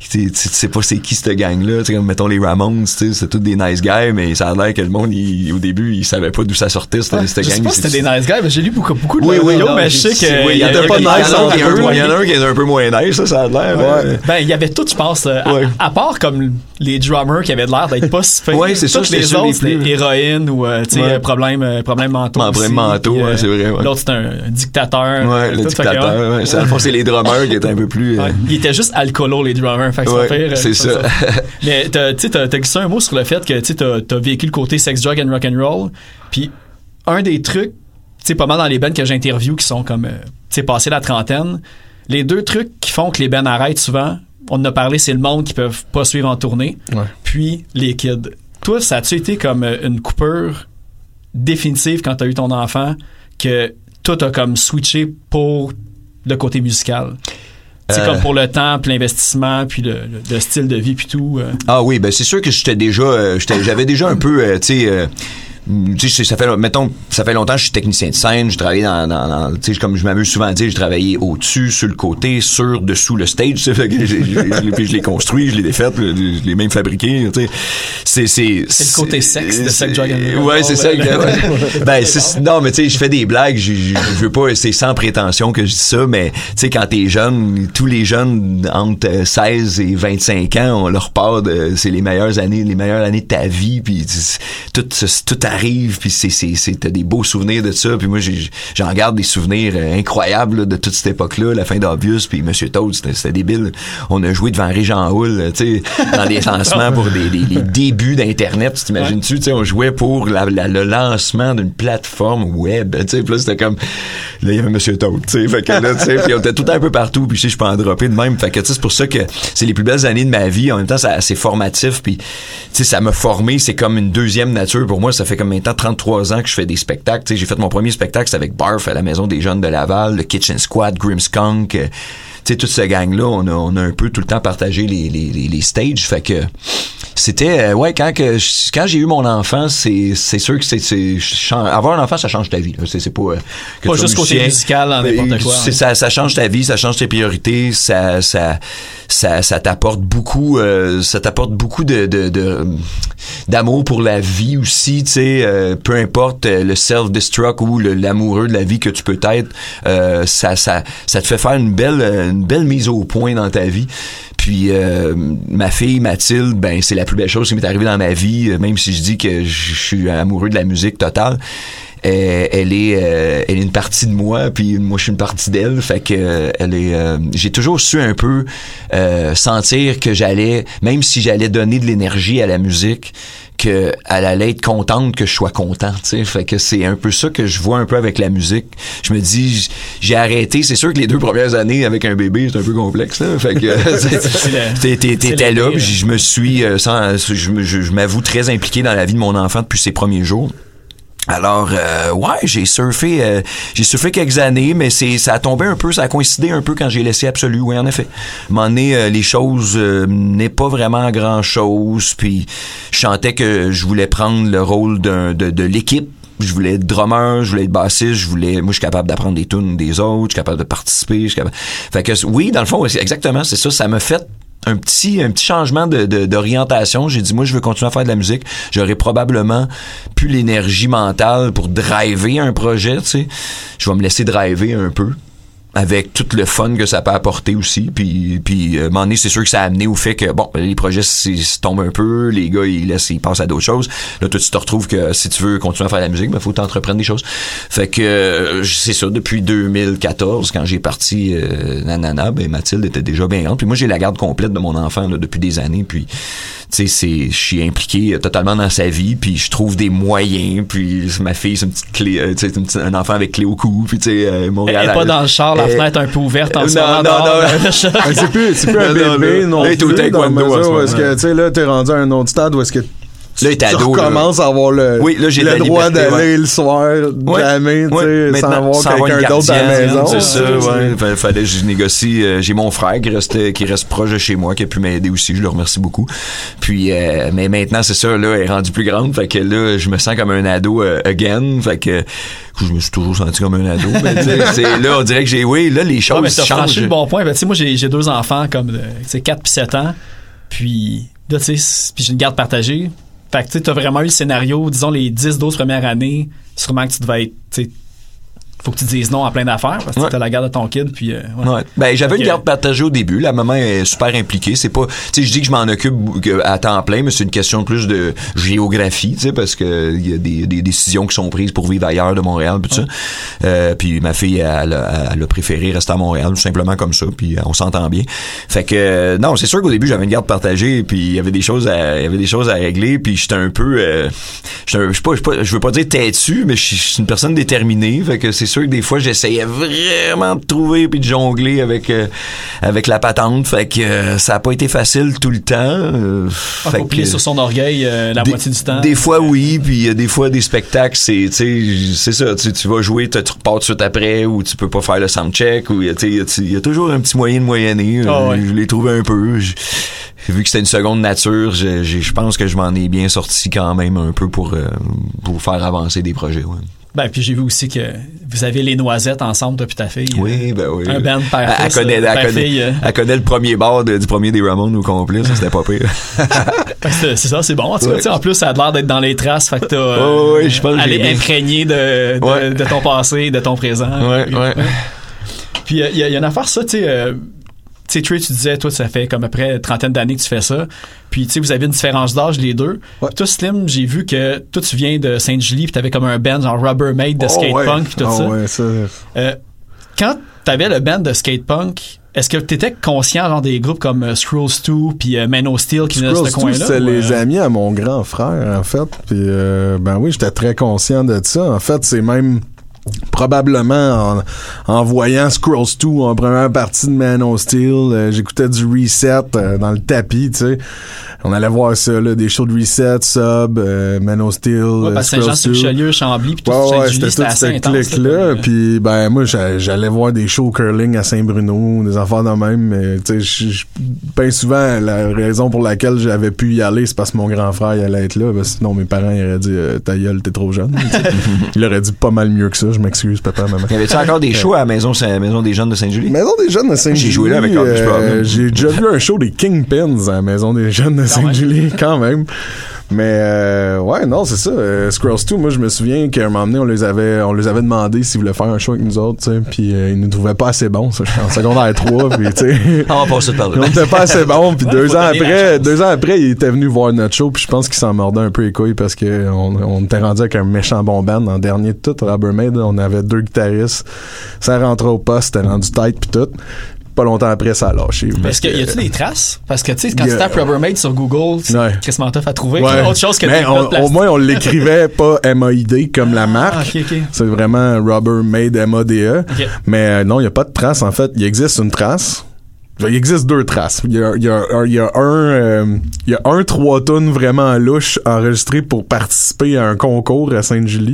tu sais pas c'est qui cette gang-là, tu sais, comme mettons les Ramones, tu sais, c'est tous des nice guys, mais ça a l'air que le monde, il, au début, il savait pas d'où ça sortait, cette, ouais, cette je gang. sais pas si c'était des nice guys, mais j'ai lu beaucoup, beaucoup de oui, oui, vidéos, non, mais je sais que oui, il y, y, y, avait pas y, de nice. Il y en a un qui est un peu moins nice, ça, ça a l'air. Ouais. Ben, il y avait tout, je pense, euh, ouais. à, à part comme les drummers qui avaient l'air d'être pas si fait. Ouais, c'est ça, les sûr, autres, les c'était héroïne ou, euh, tu sais, ouais. problème, euh, problème mentaux. Problème mentaux, ouais, c'est vrai, ouais. L'autre, c'était un dictateur. Ouais, le dictateur, que, ouais. C'est, à fond, c'est les drummers qui étaient un peu plus, euh... ouais. Ils étaient juste alcoolos, les drummers, fait que ouais, c'est pire. C'est ça. ça. Mais, tu sais, t'as, t'as glissé un mot sur le fait que, tu sais, t'as, t'as vécu le côté sex, drug and rock'n'roll. Puis, un des trucs, tu sais, pas mal dans les bands que j'interviewe qui sont comme, euh, tu sais, passés la trentaine, les deux trucs qui font que les bands arrêtent souvent, on en a parlé, c'est le monde qui peuvent pas suivre en tournée, ouais. puis les kids. Toi, ça a-tu été comme une coupure définitive quand t'as eu ton enfant que toi, t'as comme switché pour le côté musical? C'est euh... comme pour le temps, puis l'investissement, puis le, le, le style de vie, puis tout. Euh. Ah oui, ben c'est sûr que j'étais déjà, euh, j'étais, j'avais déjà un peu, euh, tu sais... Euh, tu sais, ça fait, mettons, ça fait longtemps que je suis technicien de scène, j'ai travaillé dans, dans, dans tu sais, comme je m'amuse souvent à dire, j'ai travaillé au-dessus, sur le côté, sur, dessous le stage, tu sais, fait que j'ai, j'ai, puis je l'ai construit, je l'ai défait, je l'ai même fabriqué, tu sais. C'est, c'est, c'est le côté sexe de Sex, Drug and Rock'n'Roll. Ouais, c'est ça, ouais. Ben, c'est, non, mais tu sais, je fais des blagues, je, je, je veux pas, c'est sans prétention que je dis ça, mais, tu sais, quand t'es jeune, tous les jeunes entre seize et vingt-cinq ans, on leur part de, c'est les meilleures années, les meilleures années de ta vie, puis tout, tout arrive, puis c'est, c'est, c'est, t'as des beaux souvenirs de ça, puis moi, j'ai, j'en garde des souvenirs euh, incroyables là, de toute cette époque-là, la fin d'Obvious, puis Monsieur Toad, c'était, c'était débile. On a joué devant Régent Hall, tu sais, dans les lancements pour des, des, les débuts d'Internet, tu t'imagines-tu, tu sais, on jouait pour la, la, le lancement d'une plateforme web, tu sais, puis là, c'était comme, là, il y avait Monsieur Toad, tu sais, fait que là, tu sais, puis on était tout un peu partout, puis je sais, je peux en dropper de même, fait que tu sais, c'est pour ça que c'est les plus belles années de ma vie, en même temps, c'est assez formatif, puis tu sais, ça m'a formé, c'est comme une deuxième nature pour moi, ça fait comme maintenant trente-trois ans que je fais des spectacles. T'sais, j'ai fait mon premier spectacle, c'était avec Barf à la Maison des Jeunes de Laval, le Kitchen Squad, Grimmskunk. Euh, tu sais, toute ce gang-là, on a, on a un peu tout le temps partagé les, les, les, les stages. Fait que c'était, euh, ouais, quand que quand j'ai eu mon enfant, c'est, c'est sûr que c'est, c'est avoir un enfant, ça change ta vie. Là. C'est, c'est pas, euh, que pas juste côté musical, en n'importe quoi. C'est, hein. ça, ça change ta vie, ça change tes priorités, ça, ça, ça, ça t'apporte beaucoup, euh, ça t'apporte beaucoup de, de, de d'amour pour la vie aussi, tu sais, euh, peu importe euh, le self-destruct ou le, l'amoureux de la vie que tu peux être, euh, ça, ça, ça te fait faire une belle, une belle mise au point dans ta vie. Puis euh, ma fille Mathilde, ben c'est la plus belle chose qui m'est arrivée dans ma vie, même si je dis que je suis amoureux de la musique totale. Euh, elle est euh, elle est une partie de moi, puis moi je suis une partie d'elle, fait que euh, elle est euh, j'ai toujours su un peu euh, sentir que j'allais, même si j'allais donner de l'énergie à la musique, que elle allait être contente que je sois content, tu sais. Fait que c'est un peu ça que je vois un peu avec la musique. Je me dis, j'ai arrêté. C'est sûr que les deux premières années avec un bébé, c'est un peu complexe, là. Fait que t'étais, t'étais là, puis je me suis, euh, sans, je, je, je m'avoue très impliqué dans la vie de mon enfant depuis ses premiers jours. Alors euh, ouais, j'ai surfé euh, j'ai surfé quelques années, mais c'est ça a tombé un peu, ça a coïncidé un peu quand j'ai laissé Absolu, oui en effet. À un moment donné, euh, les choses euh, n'est pas vraiment grand chose, puis je sentais que je voulais prendre le rôle d'un de, de l'équipe. Je voulais être drummer, je voulais être bassiste, je voulais, moi je suis capable d'apprendre des tunes des autres, je suis capable de participer, je suis capable. Fait que oui, dans le fond, c'est exactement, c'est ça, ça m'a fait un petit un petit changement de, de d'orientation. J'ai dit moi je veux continuer à faire de la musique. J'aurais probablement plus l'énergie mentale pour driver un projet, tu sais. Je vais me laisser driver un peu avec tout le fun que ça peut apporter aussi, puis puis euh, à un moment donné, c'est sûr que ça a amené au fait que bon, les projets se tombent un peu, les gars ils laissent ils passent à d'autres choses. Là toi tu te retrouves que si tu veux continuer à faire de la musique, ben faut t'entreprendre des choses. Fait que euh, c'est ça, depuis deux mille quatorze quand j'ai parti euh, Nanana, ben Mathilde était déjà bien grande, puis moi j'ai la garde complète de mon enfant là, depuis des années, puis tu sais c'est je suis impliqué totalement dans sa vie, puis je trouve des moyens, puis ma fille c'est une petite clé, euh, tu sais un enfant avec clé au cou, puis tu sais euh, Montréal. Elle est pas dans le char, la fenêtre un peu ouverte en ce moment. Non, non, non. C'est plus, c'est plus un bébé non plus. Hey, tout dans mesure où est-ce que, tu sais, là, t'es rendu à un autre stade où est-ce que Là, il est ado, tu recommences là. à avoir le, oui, là, j'ai le de droit liberté, d'aller ouais. le soir, Ouais. jamais, tu Ouais. sais, sans avoir sans avoir quelqu'un une d'autre à la gardienne, maison. c'est ça, Ouais. ouais. Fallait, fallait que je négocie. Euh, j'ai mon frère qui restait, qui reste proche de chez moi, qui a pu m'aider aussi. Je le remercie beaucoup. Puis, euh, mais maintenant, c'est ça, là, elle est rendue plus grande. Fait que là, je me sens comme un ado euh, again. Fait que je me suis toujours senti comme un ado. Mais tu sais, c'est là, on dirait que j'ai, oui, là, les choses ouais, mais t'as changent. franchi le bon point. Ben, tu sais, moi, j'ai, j'ai deux enfants comme, tu sais, quatre puis sept ans. Puis, là, tu sais, puis j'ai une garde partagée. Fait que tu sais, t'as vraiment eu le scénario, disons, les dix douze premières années, sûrement que tu devais être, tu sais, faut que tu dises non à plein d'affaires parce que ouais. t'as la garde de ton kid puis euh, ouais. Ouais. Ben j'avais okay. une garde partagée au début, la maman est super impliquée, c'est pas tu sais je dis que je m'en occupe à temps plein mais c'est une question plus de géographie, tu sais parce que il y a des, des décisions qui sont prises pour vivre ailleurs de Montréal puis tout ouais. ça. Euh, puis ma fille elle, elle, elle a préféré rester à Montréal tout simplement comme ça puis on s'entend bien. Fait que non, c'est sûr qu'au début j'avais une garde partagée puis il y avait des choses à il y avait des choses à régler puis j'étais un peu euh, j'étais je sais pas, pas je veux pas dire têtu mais je suis une personne déterminée, fait que c'est sûr que des fois j'essayais vraiment de trouver puis de jongler avec euh, avec la patente, fait que euh, ça a pas été facile tout le temps. Euh, ah, faut plier sur son orgueil euh, la des, moitié du temps. Des fois oui, puis euh, des fois des spectacles c'est tu sais c'est ça, tu tu vas jouer, tu repars tout de suite après ou tu peux pas faire le soundcheck ou tu sais il y a toujours un petit moyen de moyenner. Oh, ouais. Je l'ai trouvé un peu. J'ai vu que c'était une seconde nature, je, je pense que je m'en ai bien sorti quand même un peu pour euh, pour faire avancer des projets. Ouais. Ben, puis j'ai vu aussi que vous avez les noisettes ensemble, toi puis ta fille. Oui, ben oui. Un band père elle, fils, connaît, elle, père connaît, fille. elle connaît le premier bar de, du premier des Ramones au complet, ça c'était pas pire. c'est, c'est ça, c'est bon. En tout cas, ouais. En plus, ça a l'air d'être dans les traces, fait que t'as oh, oui, je pense euh, que aller imprégné de, de, ouais. de ton passé, de ton présent. Ouais, puis, ouais. Puis il y, y a une affaire, ça, tu sais... Euh, tu sais, Trey, tu disais, toi, ça fait comme après trentaine d'années que tu fais ça. Puis, tu sais, vous avez une différence d'âge, les deux. Ouais. Toi, Slim, j'ai vu que toi, tu viens de Sainte-Julie, puis t'avais comme un band genre Rubbermaid de oh, skate ouais. punk, puis tout oh, ça. Ouais, ça. Euh, quand t'avais le band de skate punk, est-ce que t'étais conscient genre des groupes comme uh, Scrolls deux puis uh, Man of Steel qui venaient de ce coin-là? C'était ou, les euh... amis à mon grand frère, en fait. Puis, euh, ben oui, j'étais très conscient de ça. En fait, c'est même... probablement en, en voyant Scrolls deux en première partie de Man of Steel, euh, j'écoutais du Reset euh, dans le tapis, tu sais. On allait voir ça, là, des shows de Reset, Sub, euh, Man of Steel, ouais, parce que Saint-Jean-sur-Richelieu, Chambly, puis tout ouais, ouais, Sainte-Julie, c'était tout ce clic-là. Puis ben moi, j'allais voir des shows curling à Saint-Bruno, des affaires de même. Mais tu sais, ben souvent, la raison pour laquelle j'avais pu y aller, c'est parce que mon grand frère il allait être là. Parce que sinon, mes parents ils auraient dit euh, ta gueule, t'es trop jeune. Il aurait dit pas mal mieux que ça. Je m'excuse, papa, maman. Y avait-tu encore des shows à la maison, à la maison des jeunes de Sainte-Julie? Maison des jeunes de Sainte-Julie. J'ai joué là avec Campus Problem. Euh, j'ai déjà vu un show des Kingpins à la maison des jeunes de Sainte-Julie, quand même. Mais euh, ouais, non, c'est ça. Euh, Scrolls deux, moi je me souviens qu'à un moment donné, on les avait on les avait demandé s'ils voulaient faire un show avec nous autres, tu sais, puis euh, ils nous trouvaient pas assez bons, ça, j'étais en secondaire trois, puis tu sais. On va passer par là. On était pas assez bons, puis ouais, deux ans après, deux ans après, ils étaient venus voir notre show, puis je pense qu'ils s'en mordaient un peu les couilles parce que on, on était rendu avec un méchant bon band en dernier de tout, Rubbermaid, on avait deux guitaristes, ça rentrait au poste, c'était rendu tight puis tout. Pas longtemps après, ça a lâché. Est-ce qu'il y a-tu des traces? Parce que, tu sais, quand a... tu tapes Rubbermaid sur Google, c'est ouais. Crissement tough à trouver. Ouais. Autre chose que mais des on, au moins, on l'écrivait pas M A I D comme la marque. Ah, okay, okay. C'est vraiment Rubbermaid M A D E. Okay. Mais euh, non, il n'y a pas de trace. En fait, il existe une trace. Il existe deux traces. Il y a, il y a, il y a un, euh, il y a un trois tonnes vraiment louche enregistré pour participer à un concours à Sainte-Julie.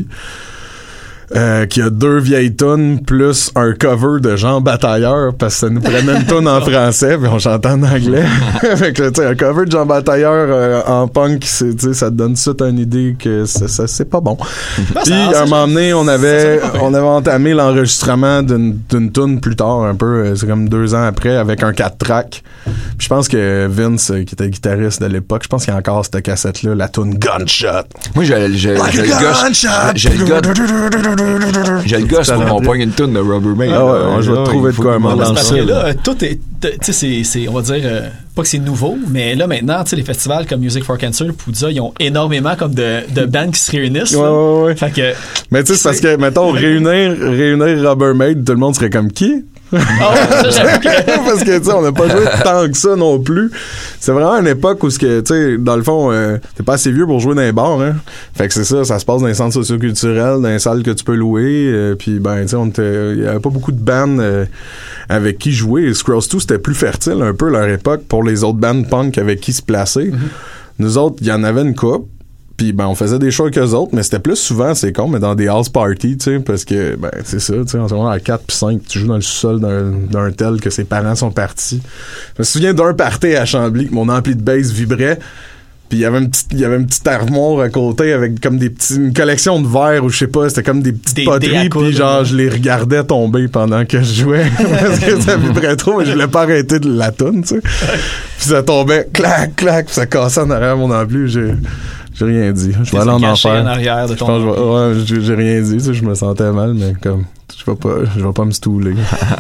Euh, qui a deux vieilles tunes plus un cover de Jean Batailleur parce que ça nous prenait une tune en français puis on chantait en anglais. Fait que tu sais un cover de Jean Batailleur euh, en punk, c'est tu sais ça te donne tout de suite une idée que ça, ça c'est pas bon. Puis à un moment donné, on avait on avait entamé l'enregistrement d'une d'une tune plus tard un peu, c'est comme deux ans après avec un quatre tracks. Puis je pense que Vince qui était guitariste de l'époque, je pense qu'il y a encore cette cassette là, la tune Gunshot. Moi j'ai j'ai j'ai le gosse j'ai le gosse J'ai le gosse pour qu'on pogne une toune de Rubbermaid. Ah ouais, ouais, je vais te trouver de quoi à m'en parce que là, tout est, tu sais, c'est, c'est, on va dire, euh, pas que c'est nouveau, mais là, maintenant, tu sais, les festivals comme Music for Cancer, Poudza, ils ont énormément comme de, de bands qui se réunissent. Ouais, ouais, ouais. Fait que. Mais tu sais, c'est parce que, mettons, réunir, réunir Rubbermaid, tout le monde serait comme qui? Ah ouais, ça, j'avoue que... parce que tu sais on n'a pas joué tant que ça non plus. C'est vraiment une époque où ce que tu sais dans le fond euh, t'es pas assez vieux pour jouer dans les bars, hein. Fait que c'est ça, ça se passe dans les centres socioculturels, dans les salles que tu peux louer, euh, puis ben tu sais on était il y avait pas beaucoup de bands euh, avec qui jouer. Scrolls deux c'était plus fertile un peu leur époque pour les autres bands punk avec qui se placer. Mm-hmm. Nous autres, il y en avait une couple. Puis ben on faisait des shows avec eux autres, mais c'était plus souvent, c'est con, mais dans des house parties, tu sais, parce que ben c'est ça, tu sais, en ce moment à quatre puis cinq, tu joues dans le sous-sol d'un, d'un tel que ses parents sont partis. Je me souviens d'un party à Chambly que mon ampli de bass vibrait. Puis il y avait une petite il y avait une petite armoire à côté avec comme des petits une collection de verres ou je sais pas, c'était comme des petites des, poteries, puis genre je les regardais tomber pendant que je jouais parce que ça vibrait trop, mais je voulais pas arrêter de la toune, tu sais. Puis ça tombait clac clac, puis ça cassait en arrière mon ampli, j'ai j'ai rien dit. Je vais aller en enfer. En arrière de ton je pense, je vais, ouais, j'ai, j'ai rien dit, tu sais, je me sentais mal, mais comme je vais pas je vais pas me stouler.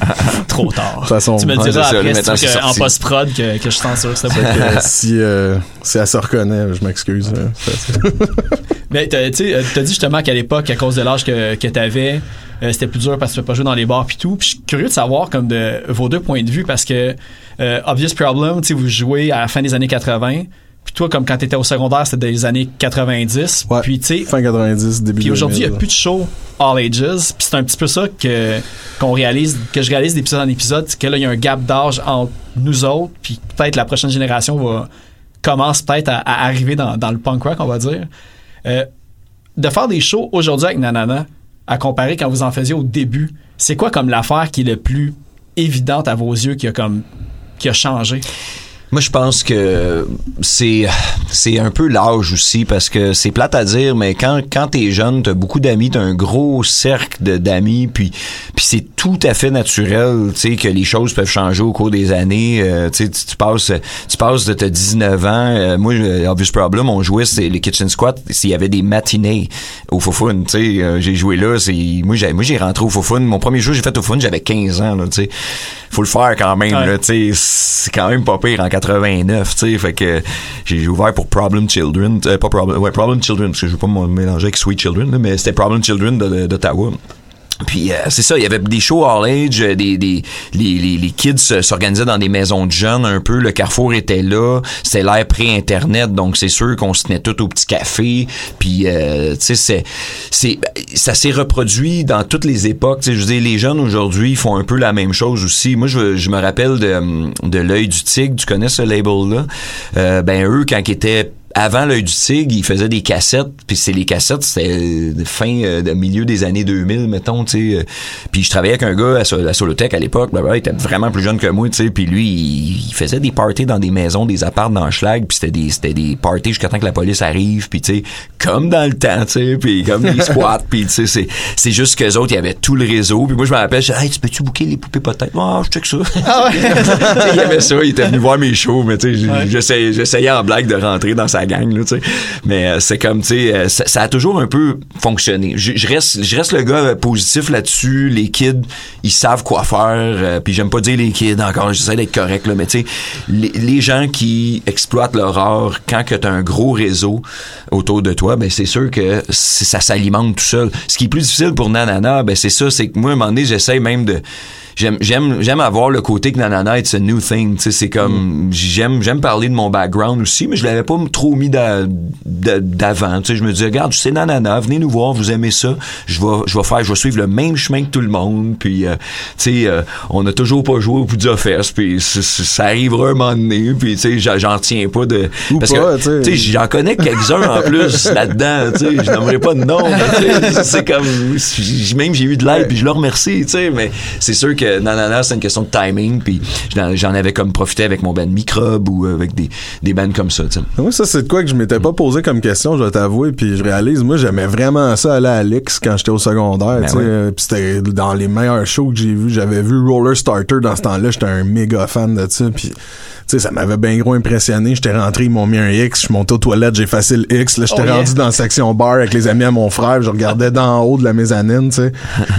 Trop tard. De toute façon, tu me diras ça, après ça, si tu veux que, en post-prod que, que je censure ça. euh, si, euh, si elle se reconnaît, je m'excuse. Euh, Mais tu sais, t'as dit justement qu'à l'époque, à cause de l'âge que, que t'avais, euh, c'était plus dur parce que tu peux pas jouer dans les bars pis tout. Puis je suis curieux de savoir comme de vos deux points de vue parce que euh, Obvious Problem, tu sais, vous jouez à la fin des années quatre-vingts. Puis toi, comme quand t'étais au secondaire, c'était des années quatre-vingt-dix. Ouais, puis tu sais, fin quatre-vingt-dix, début puis aujourd'hui, il deux y mille. a plus de show all ages. Puis c'est un petit peu ça que qu'on réalise, que je réalise d'épisode en épisode, c'est que là, il y a un gap d'âge entre nous autres. Puis peut-être la prochaine génération va commence peut-être à, à arriver dans, dans le punk rock, on va dire. Euh, de faire des shows aujourd'hui avec Nanana, à comparer quand vous en faisiez au début, c'est quoi comme l'affaire qui est le plus évidente à vos yeux qui a comme qui a changé? Moi, je pense que c'est c'est un peu l'âge aussi parce que c'est plate à dire, mais quand quand t'es jeune, t'as beaucoup d'amis, t'as un gros cercle de, d'amis, puis puis c'est tout à fait naturel, tu sais, que les choses peuvent changer au cours des années. Euh, tu sais, tu passes tu passes de t'as dix-neuf ans. Euh, moi, Obvious Problem, on jouait c'est les Kitchen Squat. Il y avait des matinées au Fofun, tu sais. Euh, j'ai joué là. C'est moi j'ai moi j'ai rentré au Fofun. Mon premier show j'ai fait au Fofun, j'avais quinze ans, là, tu sais. Faut le faire quand même, ouais. Là, tu sais. C'est quand même pas pire en quatre-vingt-neuf, tu sais, fait que j'ai ouvert pour Problem Children, euh, pas Problem, ouais, Problem Children, parce que je veux pas me mélanger avec Sweet Children, là, mais c'était Problem Children de, de, d'Ottawa. Puis euh, c'est ça, il y avait des shows all age, des des les les, les kids s'organisaient dans des maisons de jeunes un peu, le Carrefour était là, c'était l'ère pré-internet, donc c'est sûr qu'on se tenait tout au petit café, puis euh, tu sais c'est c'est ça s'est reproduit dans toutes les époques, tu sais je veux dire les jeunes aujourd'hui font un peu la même chose aussi. Moi je je me rappelle de de l'Œil du Tigre, tu connais ce label là? Euh, ben eux quand ils étaient avant l'Œil du Tigre, ils faisaient des cassettes, puis c'est les cassettes, c'était de fin, euh, de milieu des années deux mille, mettons, tu sais. Puis je travaillais avec un gars à la Solotech à l'époque, ben, ben, il était vraiment plus jeune que moi, tu sais. Puis lui, il, il faisait des parties dans des maisons, des apparts dans Schlag, puis c'était des, c'était des parties jusqu'à temps que la police arrive, puis tu sais, comme dans le temps, tu sais, puis comme des squats, puis tu sais, c'est, c'est juste qu'eux autres, il y avait tout le réseau. Puis moi, je me rappelle, je disais, hey, tu peux-tu booker les poupées peut-être? Ah, oh, je check ça. Ah ouais. Il y avait ça, il était venu voir mes shows, mais tu sais, ouais. j'essayais, j'essayais en blague de rentrer dans sa gang, là, tu sais. Mais euh, c'est comme, tu sais, euh, ça, ça a toujours un peu fonctionné. Je, je reste je reste le gars positif là-dessus. Les kids, ils savent quoi faire. Euh, puis j'aime pas dire les kids encore, j'essaie d'être correct, là, mais tu sais, les, les gens qui exploitent leur art quand que t'as un gros réseau autour de toi, ben c'est sûr que c'est, ça s'alimente tout seul. Ce qui est plus difficile pour Nanana, ben c'est ça, c'est que moi, à un moment donné, j'essaie même de... J'aime, j'aime, j'aime avoir le côté que Nanana, it's a new thing, tu sais, c'est comme, mm. j'aime, j'aime parler de mon background aussi, mais je l'avais pas trop mis d'a, d'a, d'avant, tu sais, je me disais, regarde, c'est Nanana, venez nous voir, vous aimez ça, je vais, je vais faire, je vais suivre le même chemin que tout le monde, puis, euh, tu sais, euh, on a toujours pas joué au Poudre Fest, puis ça arrivera un moment donné, puis tu sais, j'en, j'en tiens pas de, Ou parce pas, que, tu sais, j'en connais quelques-uns en plus là-dedans, tu sais, je n'aimerais pas de nom, mais c'est comme, même j'ai eu de l'aide, puis je le remercie, tu sais, mais c'est sûr que Nanana, c'est une question de timing, puis j'en avais comme profité avec mon band Microbe ou avec des, des bands comme ça, tu sais. Moi, ça, c'est de quoi que je m'étais pas posé comme question, je dois t'avouer, puis je réalise, moi, j'aimais vraiment ça aller à l'X quand j'étais au secondaire, ben tu sais, ouais. Puis c'était dans les meilleurs shows que j'ai vus. J'avais vu Roller Starter dans ce temps-là, j'étais un méga fan de ça, puis tu sais, ça m'avait bien gros impressionné. J'étais rentré, ils m'ont mis un X, je suis monté aux toilettes, j'ai effacé le X, là, j'étais oh, rendu yeah. dans la section bar avec les amis à mon frère, je regardais d'en haut de la mezzanine, tu sais.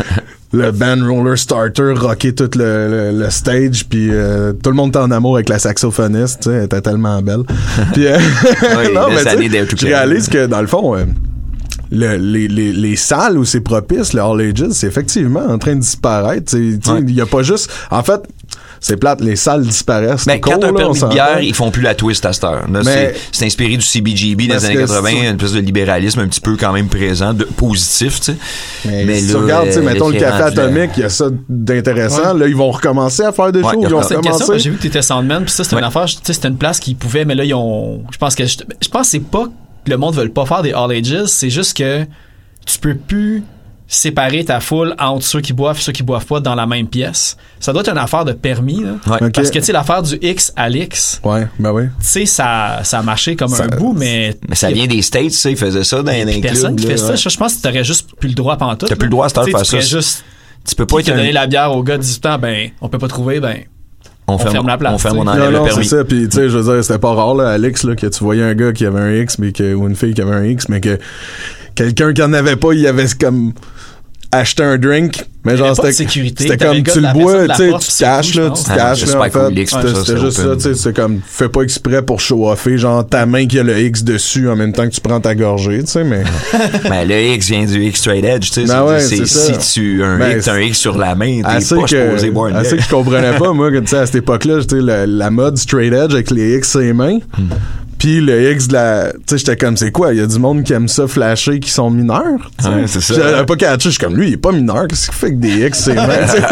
Le band Roller Starter rockait tout le, le, le stage, puis euh, tout le monde était en amour avec la saxophoniste, tu sais, elle était tellement belle. Puis euh, oui, non, mais je réalise que dans le fond, euh, le, les, les, les salles où c'est propice, le All Ages, c'est effectivement en train de disparaître. Il ouais. y a pas juste, en fait. C'est plate, les salles disparaissent. Mais quand t'as un permis de bière, ils font plus la twist à cette heure. Là, c'est, c'est inspiré du C B G B dans les années quatre-vingts, une espèce de libéralisme un petit peu quand même présent, de, positif, tu sais. Mais, mais si là, tu regardes, tu sais, mettons le Café Atomique, il y a ça d'intéressant. Ouais. Là, ils vont recommencer à faire des ouais, shows. Ils vont c'est recommencer. Question, j'ai vu que t'étais Soundman, puis ça, c'était ouais. une affaire, tu sais, c'était une place qu'ils pouvaient, mais là, ils ont, je pense que, je, je pense que c'est pas le monde veut pas faire des all ages, c'est juste que tu peux plus séparer ta foule entre ceux qui boivent et ceux qui boivent pas dans la même pièce. Ça doit être une affaire de permis, là. Ouais. Okay. Parce que, tu sais, l'affaire du X à l'X, Ouais, ben oui. tu sais, ça, ça a marché comme Ça- un bout, mais... Mais ça vient des States, ça, ils faisaient ça dans y a un club. personne qui là, fait ça. ouais. Je pense que t'aurais juste plus le droit pantoute. T'as plus le droit à cette heure de faire Tu sais, ça. tu pourrais juste... Tu peux pas Qui être a un... donné la bière au gars de dix-huit ans, ben, on peut pas trouver, ben... On, on ferme, ferme la place, on ferme, tu on sais. enlève Non, le non, c'est permis. ça. Puis, tu sais, je veux dire, c'était pas rare, là, Alex, là, que tu voyais un gars qui avait un X, mais que, ou une fille qui avait un X, mais que quelqu'un qui en avait pas, il avait comme acheté un drink, mais Il y genre, avait pas de c'était, sécurité. c'était T'avais comme le gars tu de le la bois, personne de tu la sais, porte, tu c'est caches, tout, je là, pense. tu Ah, caches, c'est là, super en fait. cool, l'X, pour C'était ça, c'était c'est juste ça, open. tu sais, c'est comme, fais pas exprès pour show-offer, genre, ta main qui a le X dessus en même temps que tu prends ta gorgée, tu sais, mais. Ben, le X vient du X straight edge, tu sais. Ben ouais, c'est si ça. tu as un, Ben, X, t'as un X sur la main, t'es Assez pas supposé boire que, une assez bière. que je comprenais pas, moi, que, tu sais, à cette époque-là, tu sais, la, la mode straight edge avec les X sur les mains. Hmm. Puis le X de la... Tu sais, j'étais comme, c'est quoi? Il y a du monde qui aime ça flasher qui sont mineurs? tu sais. Ouais, c'est ça. J'avais pas catché. Je suis comme, lui, il est pas mineur. Qu'est-ce qu'il fait avec des X sur les mains?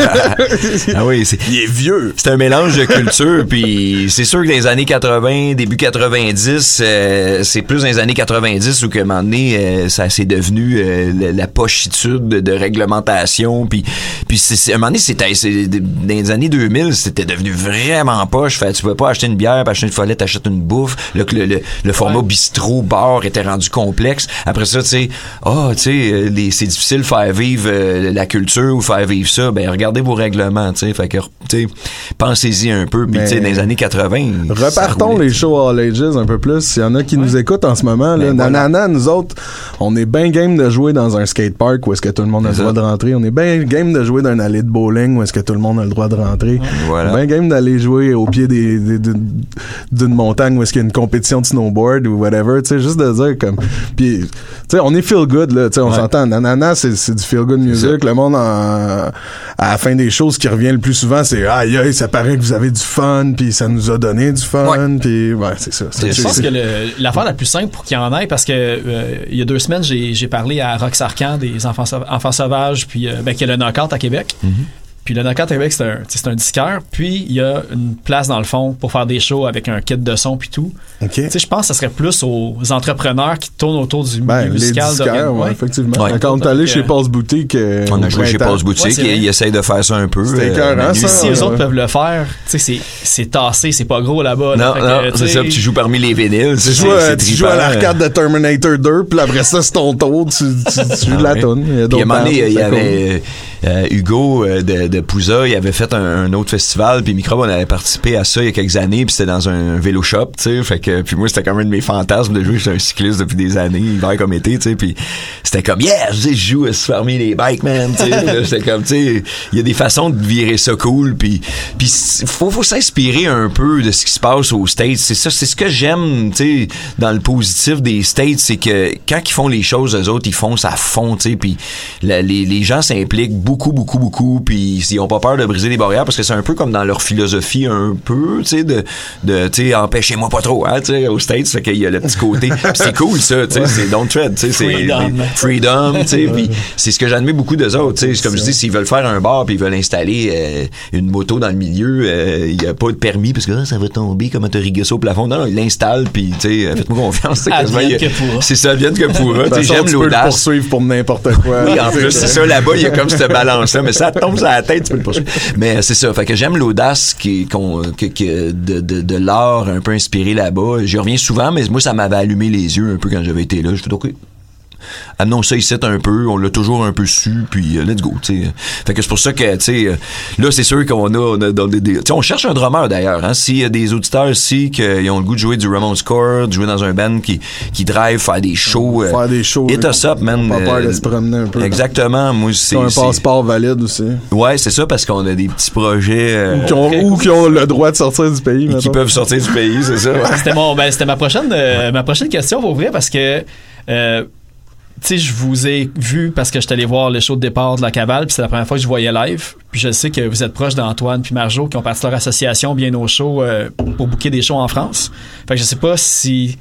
tu sais? Ah oui, c'est... Il est vieux. C'est un mélange de culture, puis c'est sûr que dans les années quatre-vingts, début quatre-vingt-dix, euh, c'est plus dans les années quatre-vingt-dix où que, à un moment donné, euh, ça s'est devenu euh, la, la pochitude de, de réglementation, puis puis c'est, c'est, à un moment donné, c'était, c'est, dans les années deux mille, c'était devenu vraiment poche. Fait, tu pouvais pas acheter une bière, puis acheter une follette, t'achètes une bouffe. Là, le, le, le format bistrot, bar était rendu complexe. Après ça, tu sais, ah, tu sais, les, c'est difficile de faire vivre euh, la culture ou faire vivre ça. Ben, regardez vos règlements, tu sais. Fait que, tu sais, pensez-y un peu. Puis, Mais- tu sais, dans les années quatre-vingts. ça Repartons roulait, les tu sais. shows all ages un peu plus. S'il y en a qui nous écoutent en ce moment, là, Ben, voilà. nanana, nous autres, on est bien game de jouer dans un skatepark où est-ce que tout le monde a le C'est droit ça. de rentrer. On est bien game de jouer dans une allée de bowling où est-ce que tout le monde a le droit de rentrer. Voilà. Bien game d'aller jouer au pied des, des- des- d'une montagne où est-ce qu'il y a une compétition de snowboard ou whatever. Tu sais, juste de dire comme... Puis, tu sais, on est feel good, là. Tu sais, on Ouais. s'entend. Nanana, c'est, c'est du feel good music. Le monde, en- à la fin des choses, ce qui revient le plus souvent, c'est aïe, aïe, ça paraît que vous avez du fun, puis ça nous a donné du fun, Ouais. puis ouais, c'est ça. C'est- Je pense que le- l'affaire la plus simple pour qu'il y en ait, parce que euh, il y a deux semaines, j'ai, j'ai parlé à Rox Arcan des Enfants, Sau- Enfants Sauvages, puis euh, ben, qui a le Knockout à Québec. Puis le Knockout à Québec, c'est un, tu sais, c'est un disqueur. Puis il y a une place dans le fond pour faire des shows avec un kit de son puis tout. OK. Tu sais, je pense que ça serait plus aux entrepreneurs qui tournent autour du milieu Ben, les musical. disquaires, d'organ- ouais, ouais. effectivement. Ouais. Quand on est allé Donc, chez euh, Passe Boutique, euh, On a au joué chez printemps. Passe Boutique Ouais, c'est et vrai. ils essayent de faire ça un peu. C'était euh, écœurant, Manu, ça. Si Ouais, les autres ouais. peuvent le faire, tu sais, c'est, c'est tassé, c'est pas gros là-bas. là. Non, Fait non, que, tu c'est sais, ça. Puis tu joues parmi les vinyles. Tu c'est- joues, à, c'est tu joues à trippant. l'arcade de Terminator deux, puis après ça, c'est ton tour, tu, tu, tu joues de la Ouais. toune. Il y a Puis à d'autres un moment donné, bandes, il y c'est avait euh, Hugo euh, de, de Pouza, il avait fait un, un autre festival, puis Microbe, on avait participé à ça il y a quelques années, puis c'était dans un vélo shop, tu sais, fait que, puis moi, c'était quand même un de mes fantasmes de jouer, j'étais un cycliste depuis des années, hiver comme été, tu sais, puis c'était comme, yeah, je sais, je joue à se fermer les bikes, man, tu sais, là, c'était comme, tu sais, il y a des façons de virer ça cool, puis puis faut, faut s'inspirer un peu de ce qui se passe aux States, c'est ça, c'est ce que j'aime, tu sais, dans le positif des States, c'est que quand ils font les choses, eux autres, ils font ça à fond, tu sais, puis la- les, les gens s'impliquent beaucoup, beaucoup, beaucoup, puis ils ont pas peur de briser les barrières, parce que c'est un peu comme dans leur philosophie, un peu, tu sais, de, de tu sais, empêchez-moi pas trop, hein, tu sais, aux States, fait qu'il y a le petit côté, pis c'est cool, ça, tu sais, c'est don't tread, tu sais, c'est Freedom. freedom, tu sais, puis c'est ce que j'admets beaucoup d'eux autres, tu sais, comme je dis, s'ils veulent faire un bar puis ils veulent installer euh, une moto dans le milieu, euh, il y a pas de permis parce que ah, ça va tomber, comment t'as rigué ça au plafond, non, non, ils l'installent puis tu sais, faites-moi confiance, c'est quasiment, Advienne il y a- que pourra. c'est ça, advienne que pourra, De tu toute sais, façon, j'aime tu peux le l'audace. poursuivre pour n'importe quoi. Oui, en plus, c'est ça, là-bas, il y a comme cette balance-là, mais ça te tombe sur la tête, tu peux le poursuivre. Mais c'est ça, fait que j'aime l'audace qui, qu'on, que, que de, de, de l'art un peu inspiré là-bas. J'y reviens souvent, mais moi, ça m'avait allumé les yeux un peu quand j'avais été là. Je fais, OK, amenons ça ici un peu, on l'a toujours un peu su, puis euh, let's go, tu sais. Fait que c'est pour ça que, tu sais, euh, là, c'est sûr qu'on a, on a dans des, des- tu sais, on cherche un drummer d'ailleurs, hein. S'il y a des auditeurs ici qui ont le goût de jouer du Ramones Core, de jouer dans un band qui, qui drive, faire des shows, euh, Faire des shows. hit us up, man. Pas peur de Euh, se promener un peu. Exactement, moi, c'est, T'as un c'est- passeport valide aussi. ouais, c'est ça, parce qu'on a des petits projets, euh, Qui ont, ou qui ont le droit de sortir du pays. qui mettons. peuvent sortir du pays, c'est ça. C'était mon, ben, c'était ma prochaine, euh, ma prochaine question pour vrai parce que, euh, tu sais, je vous ai vu parce que je suis allé voir le show de départ de la Cavale, puis c'est la première fois que je voyais live. Puis je sais que vous êtes proche d'Antoine puis Marjo qui ont parti leur association bien au show euh, pour booker des shows en France. Fait que je sais pas si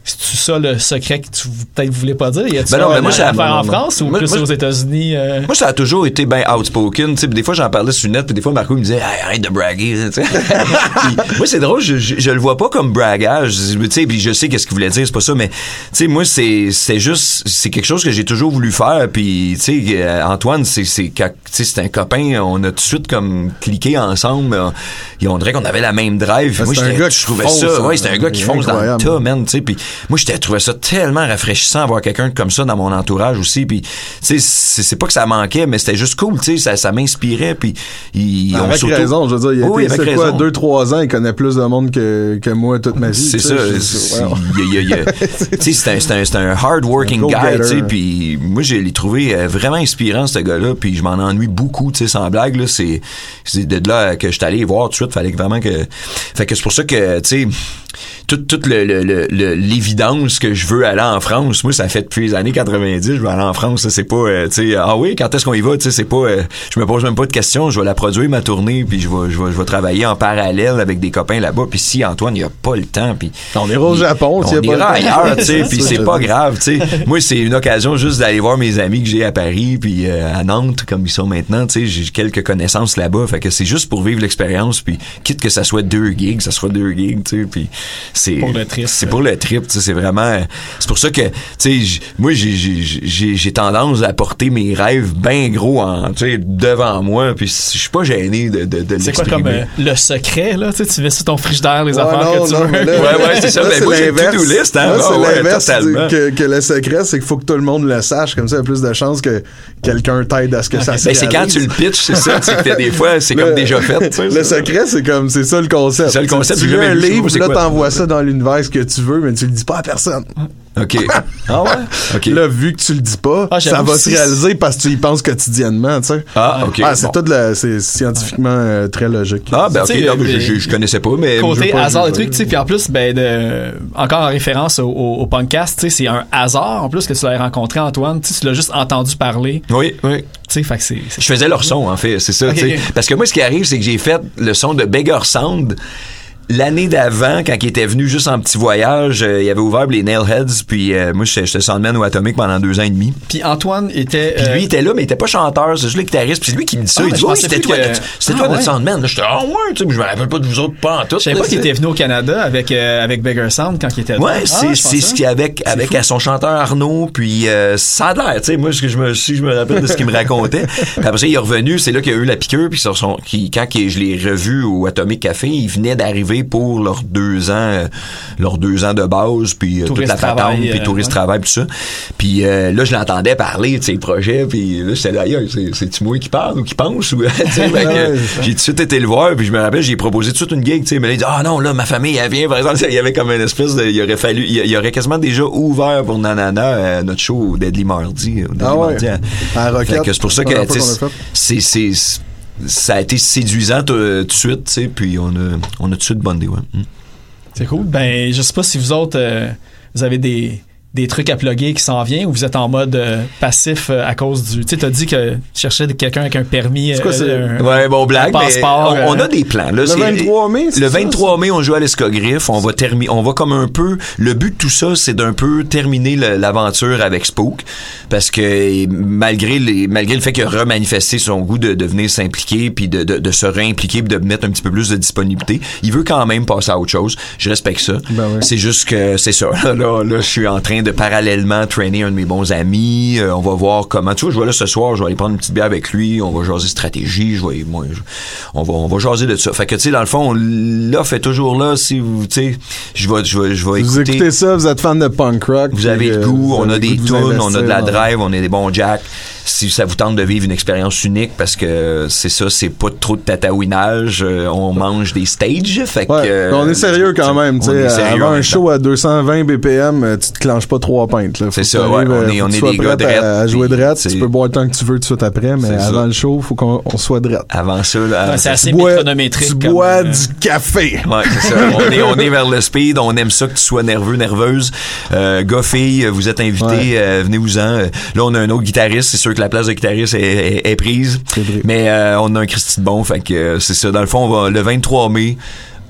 C'est-tu ça le secret que tu peut-être voulais pas dire? Y a-tu Ben non, un mais moi, ça- affaire non, en non, France ou moi- plus moi, aux États-Unis? euh? Moi, ça a toujours été bien outspoken. Tu sais, des fois, j'en parlais sur le net, puis des fois, Marco me disait, hey, arrête de braguer. Tu sais. Puis, moi, c'est drôle, je, je, je le vois pas comme bragage. Tu sais, puis je sais qu'est-ce qu'il voulait dire, c'est pas ça, mais tu sais, moi, c'est, c'est juste, c'est quelque chose que j'ai toujours voulu faire. Puis, tu sais, euh, Antoine, c'est, c'est, tu sais, c'est un copain. On a tout de suite comme cliqué ensemble. Et on dirait qu'on avait la même drive. Ben, moi, c'est un j'étais- gars qui je trouvais fonce, ça. hein. Ouais, c'est un gars qui C'est fonce dans le incroyable. tas, man. Tu sais, puis moi, j'étais trouvé ça tellement rafraîchissant d'avoir quelqu'un comme ça dans mon entourage aussi. Puis, tu sais, c'est, c'est pas que ça manquait, mais c'était juste cool. Tu sais, ça, ça m'inspirait. Puis, il, on Avec s'auto- raison, je veux dire, il a Oui, été, avec c'est quoi, raison. deux, trois ans, il connaît plus de monde que, que moi toute ma vie. C'est tu ça. sais, je- c'est- ouais. il y a- il y a- il y a- Tu sais, c'est un, c'est un, c'est un hard working Un guy, go-getter. tu sais. Puis moi, je l'ai trouvé euh, vraiment inspirant, ce gars-là. Puis je m'en ennuie beaucoup, tu sais, sans blague. Là, c'est, c'est de là que je suis allé voir tout de suite. Fallait que vraiment que. Fait que c'est pour ça que, tu sais, toute toute le, le, le, le- l'évidence que je veux aller en France. Moi, ça fait depuis les années quatre-vingt-dix, je veux aller en France. Là, c'est pas, euh, tu sais, ah oui, quand est-ce qu'on y va? Tu sais, c'est pas, euh, je me pose même pas de questions. Je vais la produire ma tournée, puis je vais, je vais, je vais travailler en parallèle avec des copains là-bas. Puis si Antoine, il a pas le temps, puis On ira au il- Japon, on s'il y a pas ira le temps. ailleurs, tu sais, C'est puis ça, c'est je pas dis. grave, tu sais. Moi, c'est une occasion juste d'aller voir mes amis que j'ai à Paris, puis euh, à Nantes, comme ils sont maintenant, tu sais, j'ai quelques connaissances là-bas, fait que c'est juste pour vivre l'expérience, puis quitte que ça soit deux gigs, ça sera deux gigs, tu sais, puis c'est Pour le trip, c'est ouais. pour le trip, tu sais, c'est vraiment, c'est pour ça que, tu sais, j- moi, j'ai j'ai j'ai j'ai tendance à porter mes rêves bien gros en, tu sais, devant moi, puis je suis pas gêné de de, de C'est quoi comme l'exprimer. euh, le secret, là? Tu sais, tu mets sur ton frigidaire les Ouais, affaires non, que tu non, veux. mais là- Ouais, ouais, c'est ça. Là, Ben, c'est moi, j'ai une l'inverse. to-do list, hein. Là, Ah, c'est ouais, l'inverse totalement. que, que le secret, c'est qu'il faut que tout le monde le sache. Comme ça, il y a plus de chances que quelqu'un t'aide à ce que ça se Ben, c'est quand tu le pitches, c'est ça, tu sais, que des fois, c'est comme Le- déjà fait, tu sais. Le ça. secret, c'est comme, c'est ça le concept. C'est ça le concept, Tu j'ai lis jamais un lu, je sais livre, pas c'est là, quoi. t'envoies ça dans l'univers ce que tu veux, mais tu le dis pas à personne. OK. Ah ouais? OK. Là, vu que tu le dis pas, Ah, j'avoue ça va que se c'est- réaliser parce que tu y penses quotidiennement, tu sais. Ah, OK. Ah, c'est Bon. tout de la, c'est scientifiquement euh, très logique. Ah, ben, OK. Tu sais, Non, mais euh, je, je, je connaissais pas, mais. Côté je veux pas hasard, juger. le truc, tu sais, puis en plus, ben, de, encore en référence au, au, au podcast, tu sais, c'est un hasard, en plus, que tu l'as rencontré, Antoine, tu sais, tu l'as juste entendu parler, Oui, oui. tu sais, fait que c'est, c'est- Je faisais leur son, en fait, c'est ça, Ok, tu sais. ok. Parce que moi, ce qui arrive, c'est que j'ai fait le son de Beggar Sound. L'année d'avant, quand il était venu juste en petit voyage, euh, il avait ouvert les Nailheads, puis euh, moi, j'étais j'étais soundman au Atomic pendant deux ans et demi. Puis Antoine était... Puis euh, lui, il était là, mais il était pas chanteur, c'est juste le guitariste. Puis c'est lui qui me dit ça. Ah, il dit, je oui, pensais c'était plus toi, que- notre- c'était Ah, toi notre ouais. soundman. Là, j'étais, ah ouais, tu sais, mais je me rappelle pas de vous autres, pas en tout. je savais pas là, qu'il c'est- était venu au Canada avec, euh, avec Beggar Sound quand il était là. Ouais, Ah, c'est je c'est pensais. ce qui avec avec fou. à son chanteur Arnaud, puis euh, ça a l'air, tu sais, moi ce que je me si je me rappelle de ce qu'il me racontait. Puis après ça, il est revenu, c'est là qu'il y a eu la piqûre, puis sur son qui quand qu'il- je l'ai revu au Atomic Café, il venait d'arriver pour leurs deux ans euh, leurs deux ans de base, puis euh, toute Touriste la patente, travail, puis euh, touriste ouais. travail, puis ça. Puis euh, là, je l'entendais parler de ses projets, puis là, j'étais là, aïe, c'est c'est-tu moi qui parle ou qui pense ou tu sais, fait que, Ouais, j'ai tout de suite été le voir, puis je me rappelle, j'ai proposé tout de suite une gig, tu sais, mais là, il dit, ah non, là, ma famille, elle vient, par exemple, il y avait comme une espèce de, il aurait fallu, il, il aurait quasiment déjà ouvert pour Nanana, euh, notre show au Deadly Mardi, au Deadly Ah ouais. Mardi, hein. À la Roquette. Fait que c'est pour ça que, Première fois tu qu'on sais, l'a fait. c'est, c'est, c'est- ça a été séduisant tout tout de suite, tu sais, puis on a, on a tout de suite bondé, ouais. Mm. C'est cool. Ben, je sais pas si vous autres, euh, vous avez des, des trucs à plugger qui s'en viennent ou vous êtes en mode euh, passif euh, à cause du... Tu sais, t'as dit que tu cherchais quelqu'un avec un permis... C'est quoi, c'est- un- Ouais, bon, blague, un mais passeport, on, on euh, a des plans. Là, Le c'est- vingt-trois mai, c'est Le ça, vingt-trois mai, on joue à l'Escogriffe. On va terminer, on va comme un peu, le but de tout ça, c'est d'un peu terminer le- l'aventure avec Spook. Parce que malgré les, malgré le fait qu'il a remanifesté son goût de, de venir s'impliquer puis de, de, de se réimpliquer puis de mettre un petit peu plus de disponibilité, il veut quand même passer à autre chose. Je respecte ça. Ben oui. C'est juste que c'est ça. Là, là, là, je suis en train de parallèlement traîner un de mes bons amis. Euh, on va voir comment. Tu vois, je vais là ce soir, je vais aller prendre une petite bière avec lui. On va jaser stratégie. Je vais, moi, je- on va, on va jaser de ça. Fait que tu sais, dans le fond, là, fait toujours là. Si vous, tu sais, je vais, je vais, je vais Vous écouter. écoutez ça, vous êtes fan de punk rock. Vous avez puis, le euh, goût, vous on avez a le des goût de vous tunes, on a de la investir dans- drive, on a des bons jacks. Si ça vous tente de vivre une expérience unique, parce que c'est ça, c'est pas trop de tatouinage, euh, on mange des stages, fait que... Ouais, euh, on est sérieux quand même, tu on est sais. sérieux en Avant un même show à deux cent vingt B P M, euh, tu te clenches pas trois pintes, là. Faut C'est que ça, t'arrives, ouais, on euh, est- faut on que est tu sois des prêt gars drettes, à, à jouer puis drette. c'est- Tu peux boire le temps que tu veux tout de suite après, mais C'est ça. avant le show, faut qu'on on soit drette. Avant ça, là, Ouais, c'est assez Tu bois, métronométrique. tu comme, bois euh, du café. Ouais, c'est ça. On est, on est vers le speed. On aime ça que tu sois nerveux, nerveuse. Euh, gars, filles, vous êtes invités. Ouais. Euh, venez-vous-en. Euh, Là, on a un autre guitariste. C'est sûr que la place de guitariste est, est, est prise. C'est vrai. Mais euh, on a un Christy de bon. Fait que euh, c'est ça. Dans le fond, on va, le vingt-trois mai,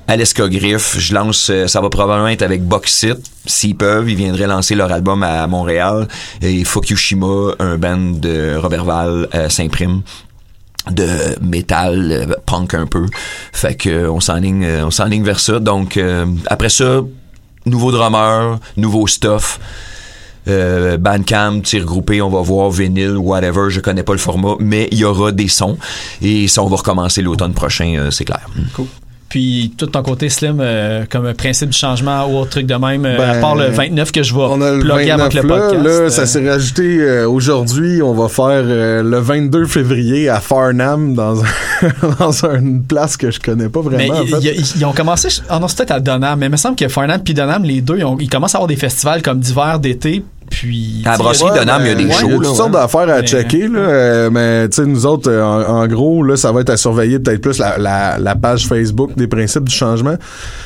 à l'Escogriffe. Je lance, euh, ça va probablement être avec Bauxite. S'ils peuvent, ils viendraient lancer leur album à Montréal. Et Fukushima, un band de Roberval, euh, Saint-Prime, de métal, euh, punk un peu. Fait que euh, on s'enligne, euh, on s'enligne vers ça. Donc euh, après ça, nouveau drummer, nouveau stuff. Euh, Bandcamp, tir groupé, on va voir vinyle, whatever, je connais pas le format, mais il y aura des sons et ça on va recommencer l'automne prochain, euh, c'est clair. Cool. Puis tout ton côté Slim, euh, comme un principe du changement ou autre truc de même, euh, Ben, à part le vingt-neuf que je vais on a le plugger avant que le vingt-neuf podcast. là, là euh, ça s'est rajouté euh, aujourd'hui. On va faire euh, le vingt-deux février à Farnham dans, un, dans une place que je connais pas mais vraiment. ils, en fait. ils, ils ont commencé, ah non, c'était peut-être à Donham, mais il me semble que Farnham puis Donham, les deux, ils, ont, ils commencent à avoir des festivals comme d'hiver, d'été. Puis, À la brasserie Ouais, Donham, il y a des ben, shows. Il y a toutes là, sortes ouais. d'affaires à Mais- checker, là, euh, mais tu sais, nous autres, euh, en, en gros, là, ça va être à surveiller peut-être plus la, la, la page Facebook des principes du changement.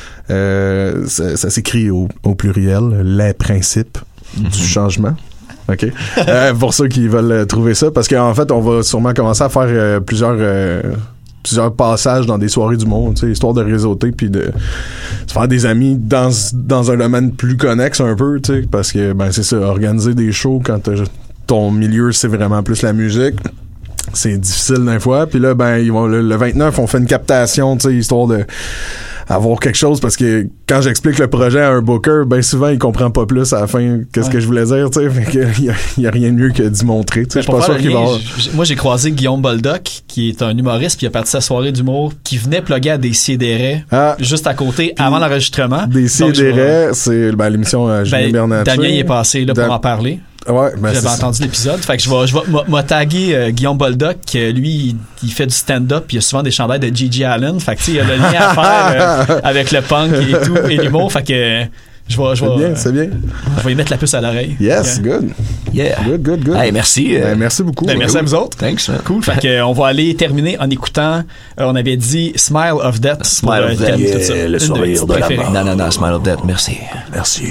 Euh, ça, ça s'écrit au, au pluriel, les principes Mm-hmm. du changement. OK. Euh, pour ceux qui veulent trouver ça, parce qu'en fait, on va sûrement commencer à faire euh, plusieurs... euh, plusieurs passages dans des soirées du monde, tu sais, histoire de réseauter puis de se faire des amis dans dans un domaine plus connexe un peu, tu sais, parce que ben c'est ça, organiser des shows quand t'as- ton milieu c'est vraiment plus la musique, c'est difficile d'un fois, puis là ben ils vont le, le vingt-neuf on fait une captation, tu sais, histoire de avoir quelque chose, parce que quand j'explique le projet à un booker, ben souvent il comprend pas plus à la fin qu'est-ce Ouais. que je voulais dire, tu sais, fait que y a, y a rien de mieux que d'y montrer, tu sais, Mais je suis pour pas faire sûr le qu'il va lien, avoir... j- moi j'ai croisé Guillaume Boldoc, qui est un humoriste, puis il a parti sa soirée d'humour, qui venait plugger à des Sidérés, Ah. juste à côté, avant l'enregistrement. Des Donc, je vais- Sidérés, c'est ben, l'émission à Julien Ben, Bernatchez. Damien il est passé là, pour Da- en parler. Ouais, ben c'est J'avais ça. entendu l'épisode. Fait que je vais, je vais m'a- m'a tagué euh, Guillaume Boldoc, que lui, il, il fait du stand-up, puis il y a souvent des chandails de Gigi Allen. Fait que tu sais, il y a le lien à faire euh, avec le punk et tout, et l'humour. Fait que euh, je vais, je C'est vais, bien, euh, c'est bien. je vais y mettre la puce à l'oreille. Yes, Ok. good. Yeah. Good, good, good. Hey, merci. euh, Ben, merci beaucoup. Ben, merci à vous autres. Thanks, man. Cool. Fait que, euh, on va aller terminer en écoutant, euh, on avait dit Smile of Death. Smile pour, euh, of Death, terminer tout yeah, ça. le Une de sourire mes petites de la préférées. mort. Non, non, non, Smile of Death, merci. Merci.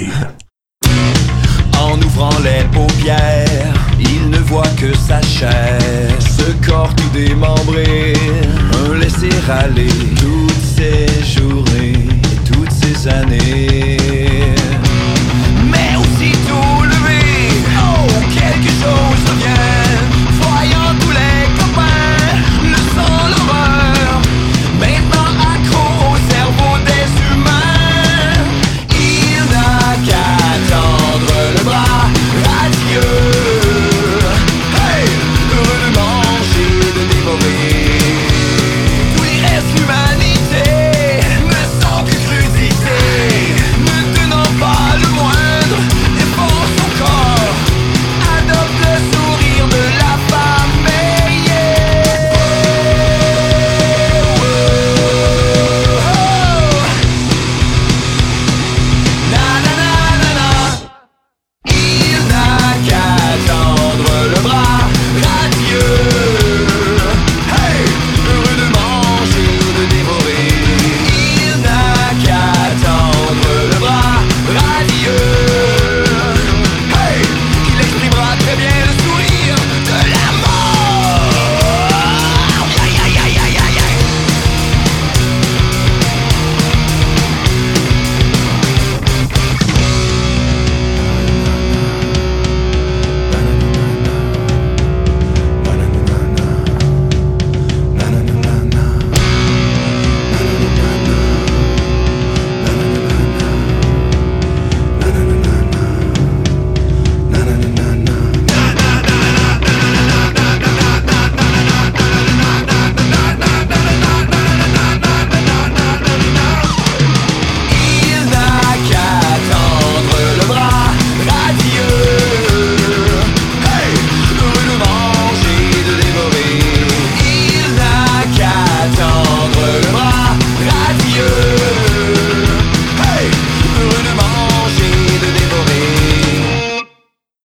En ouvrant les paupières, il ne voit que sa chair, ce corps tout démembré, un laisser-aller, toutes ces journées, toutes ces années.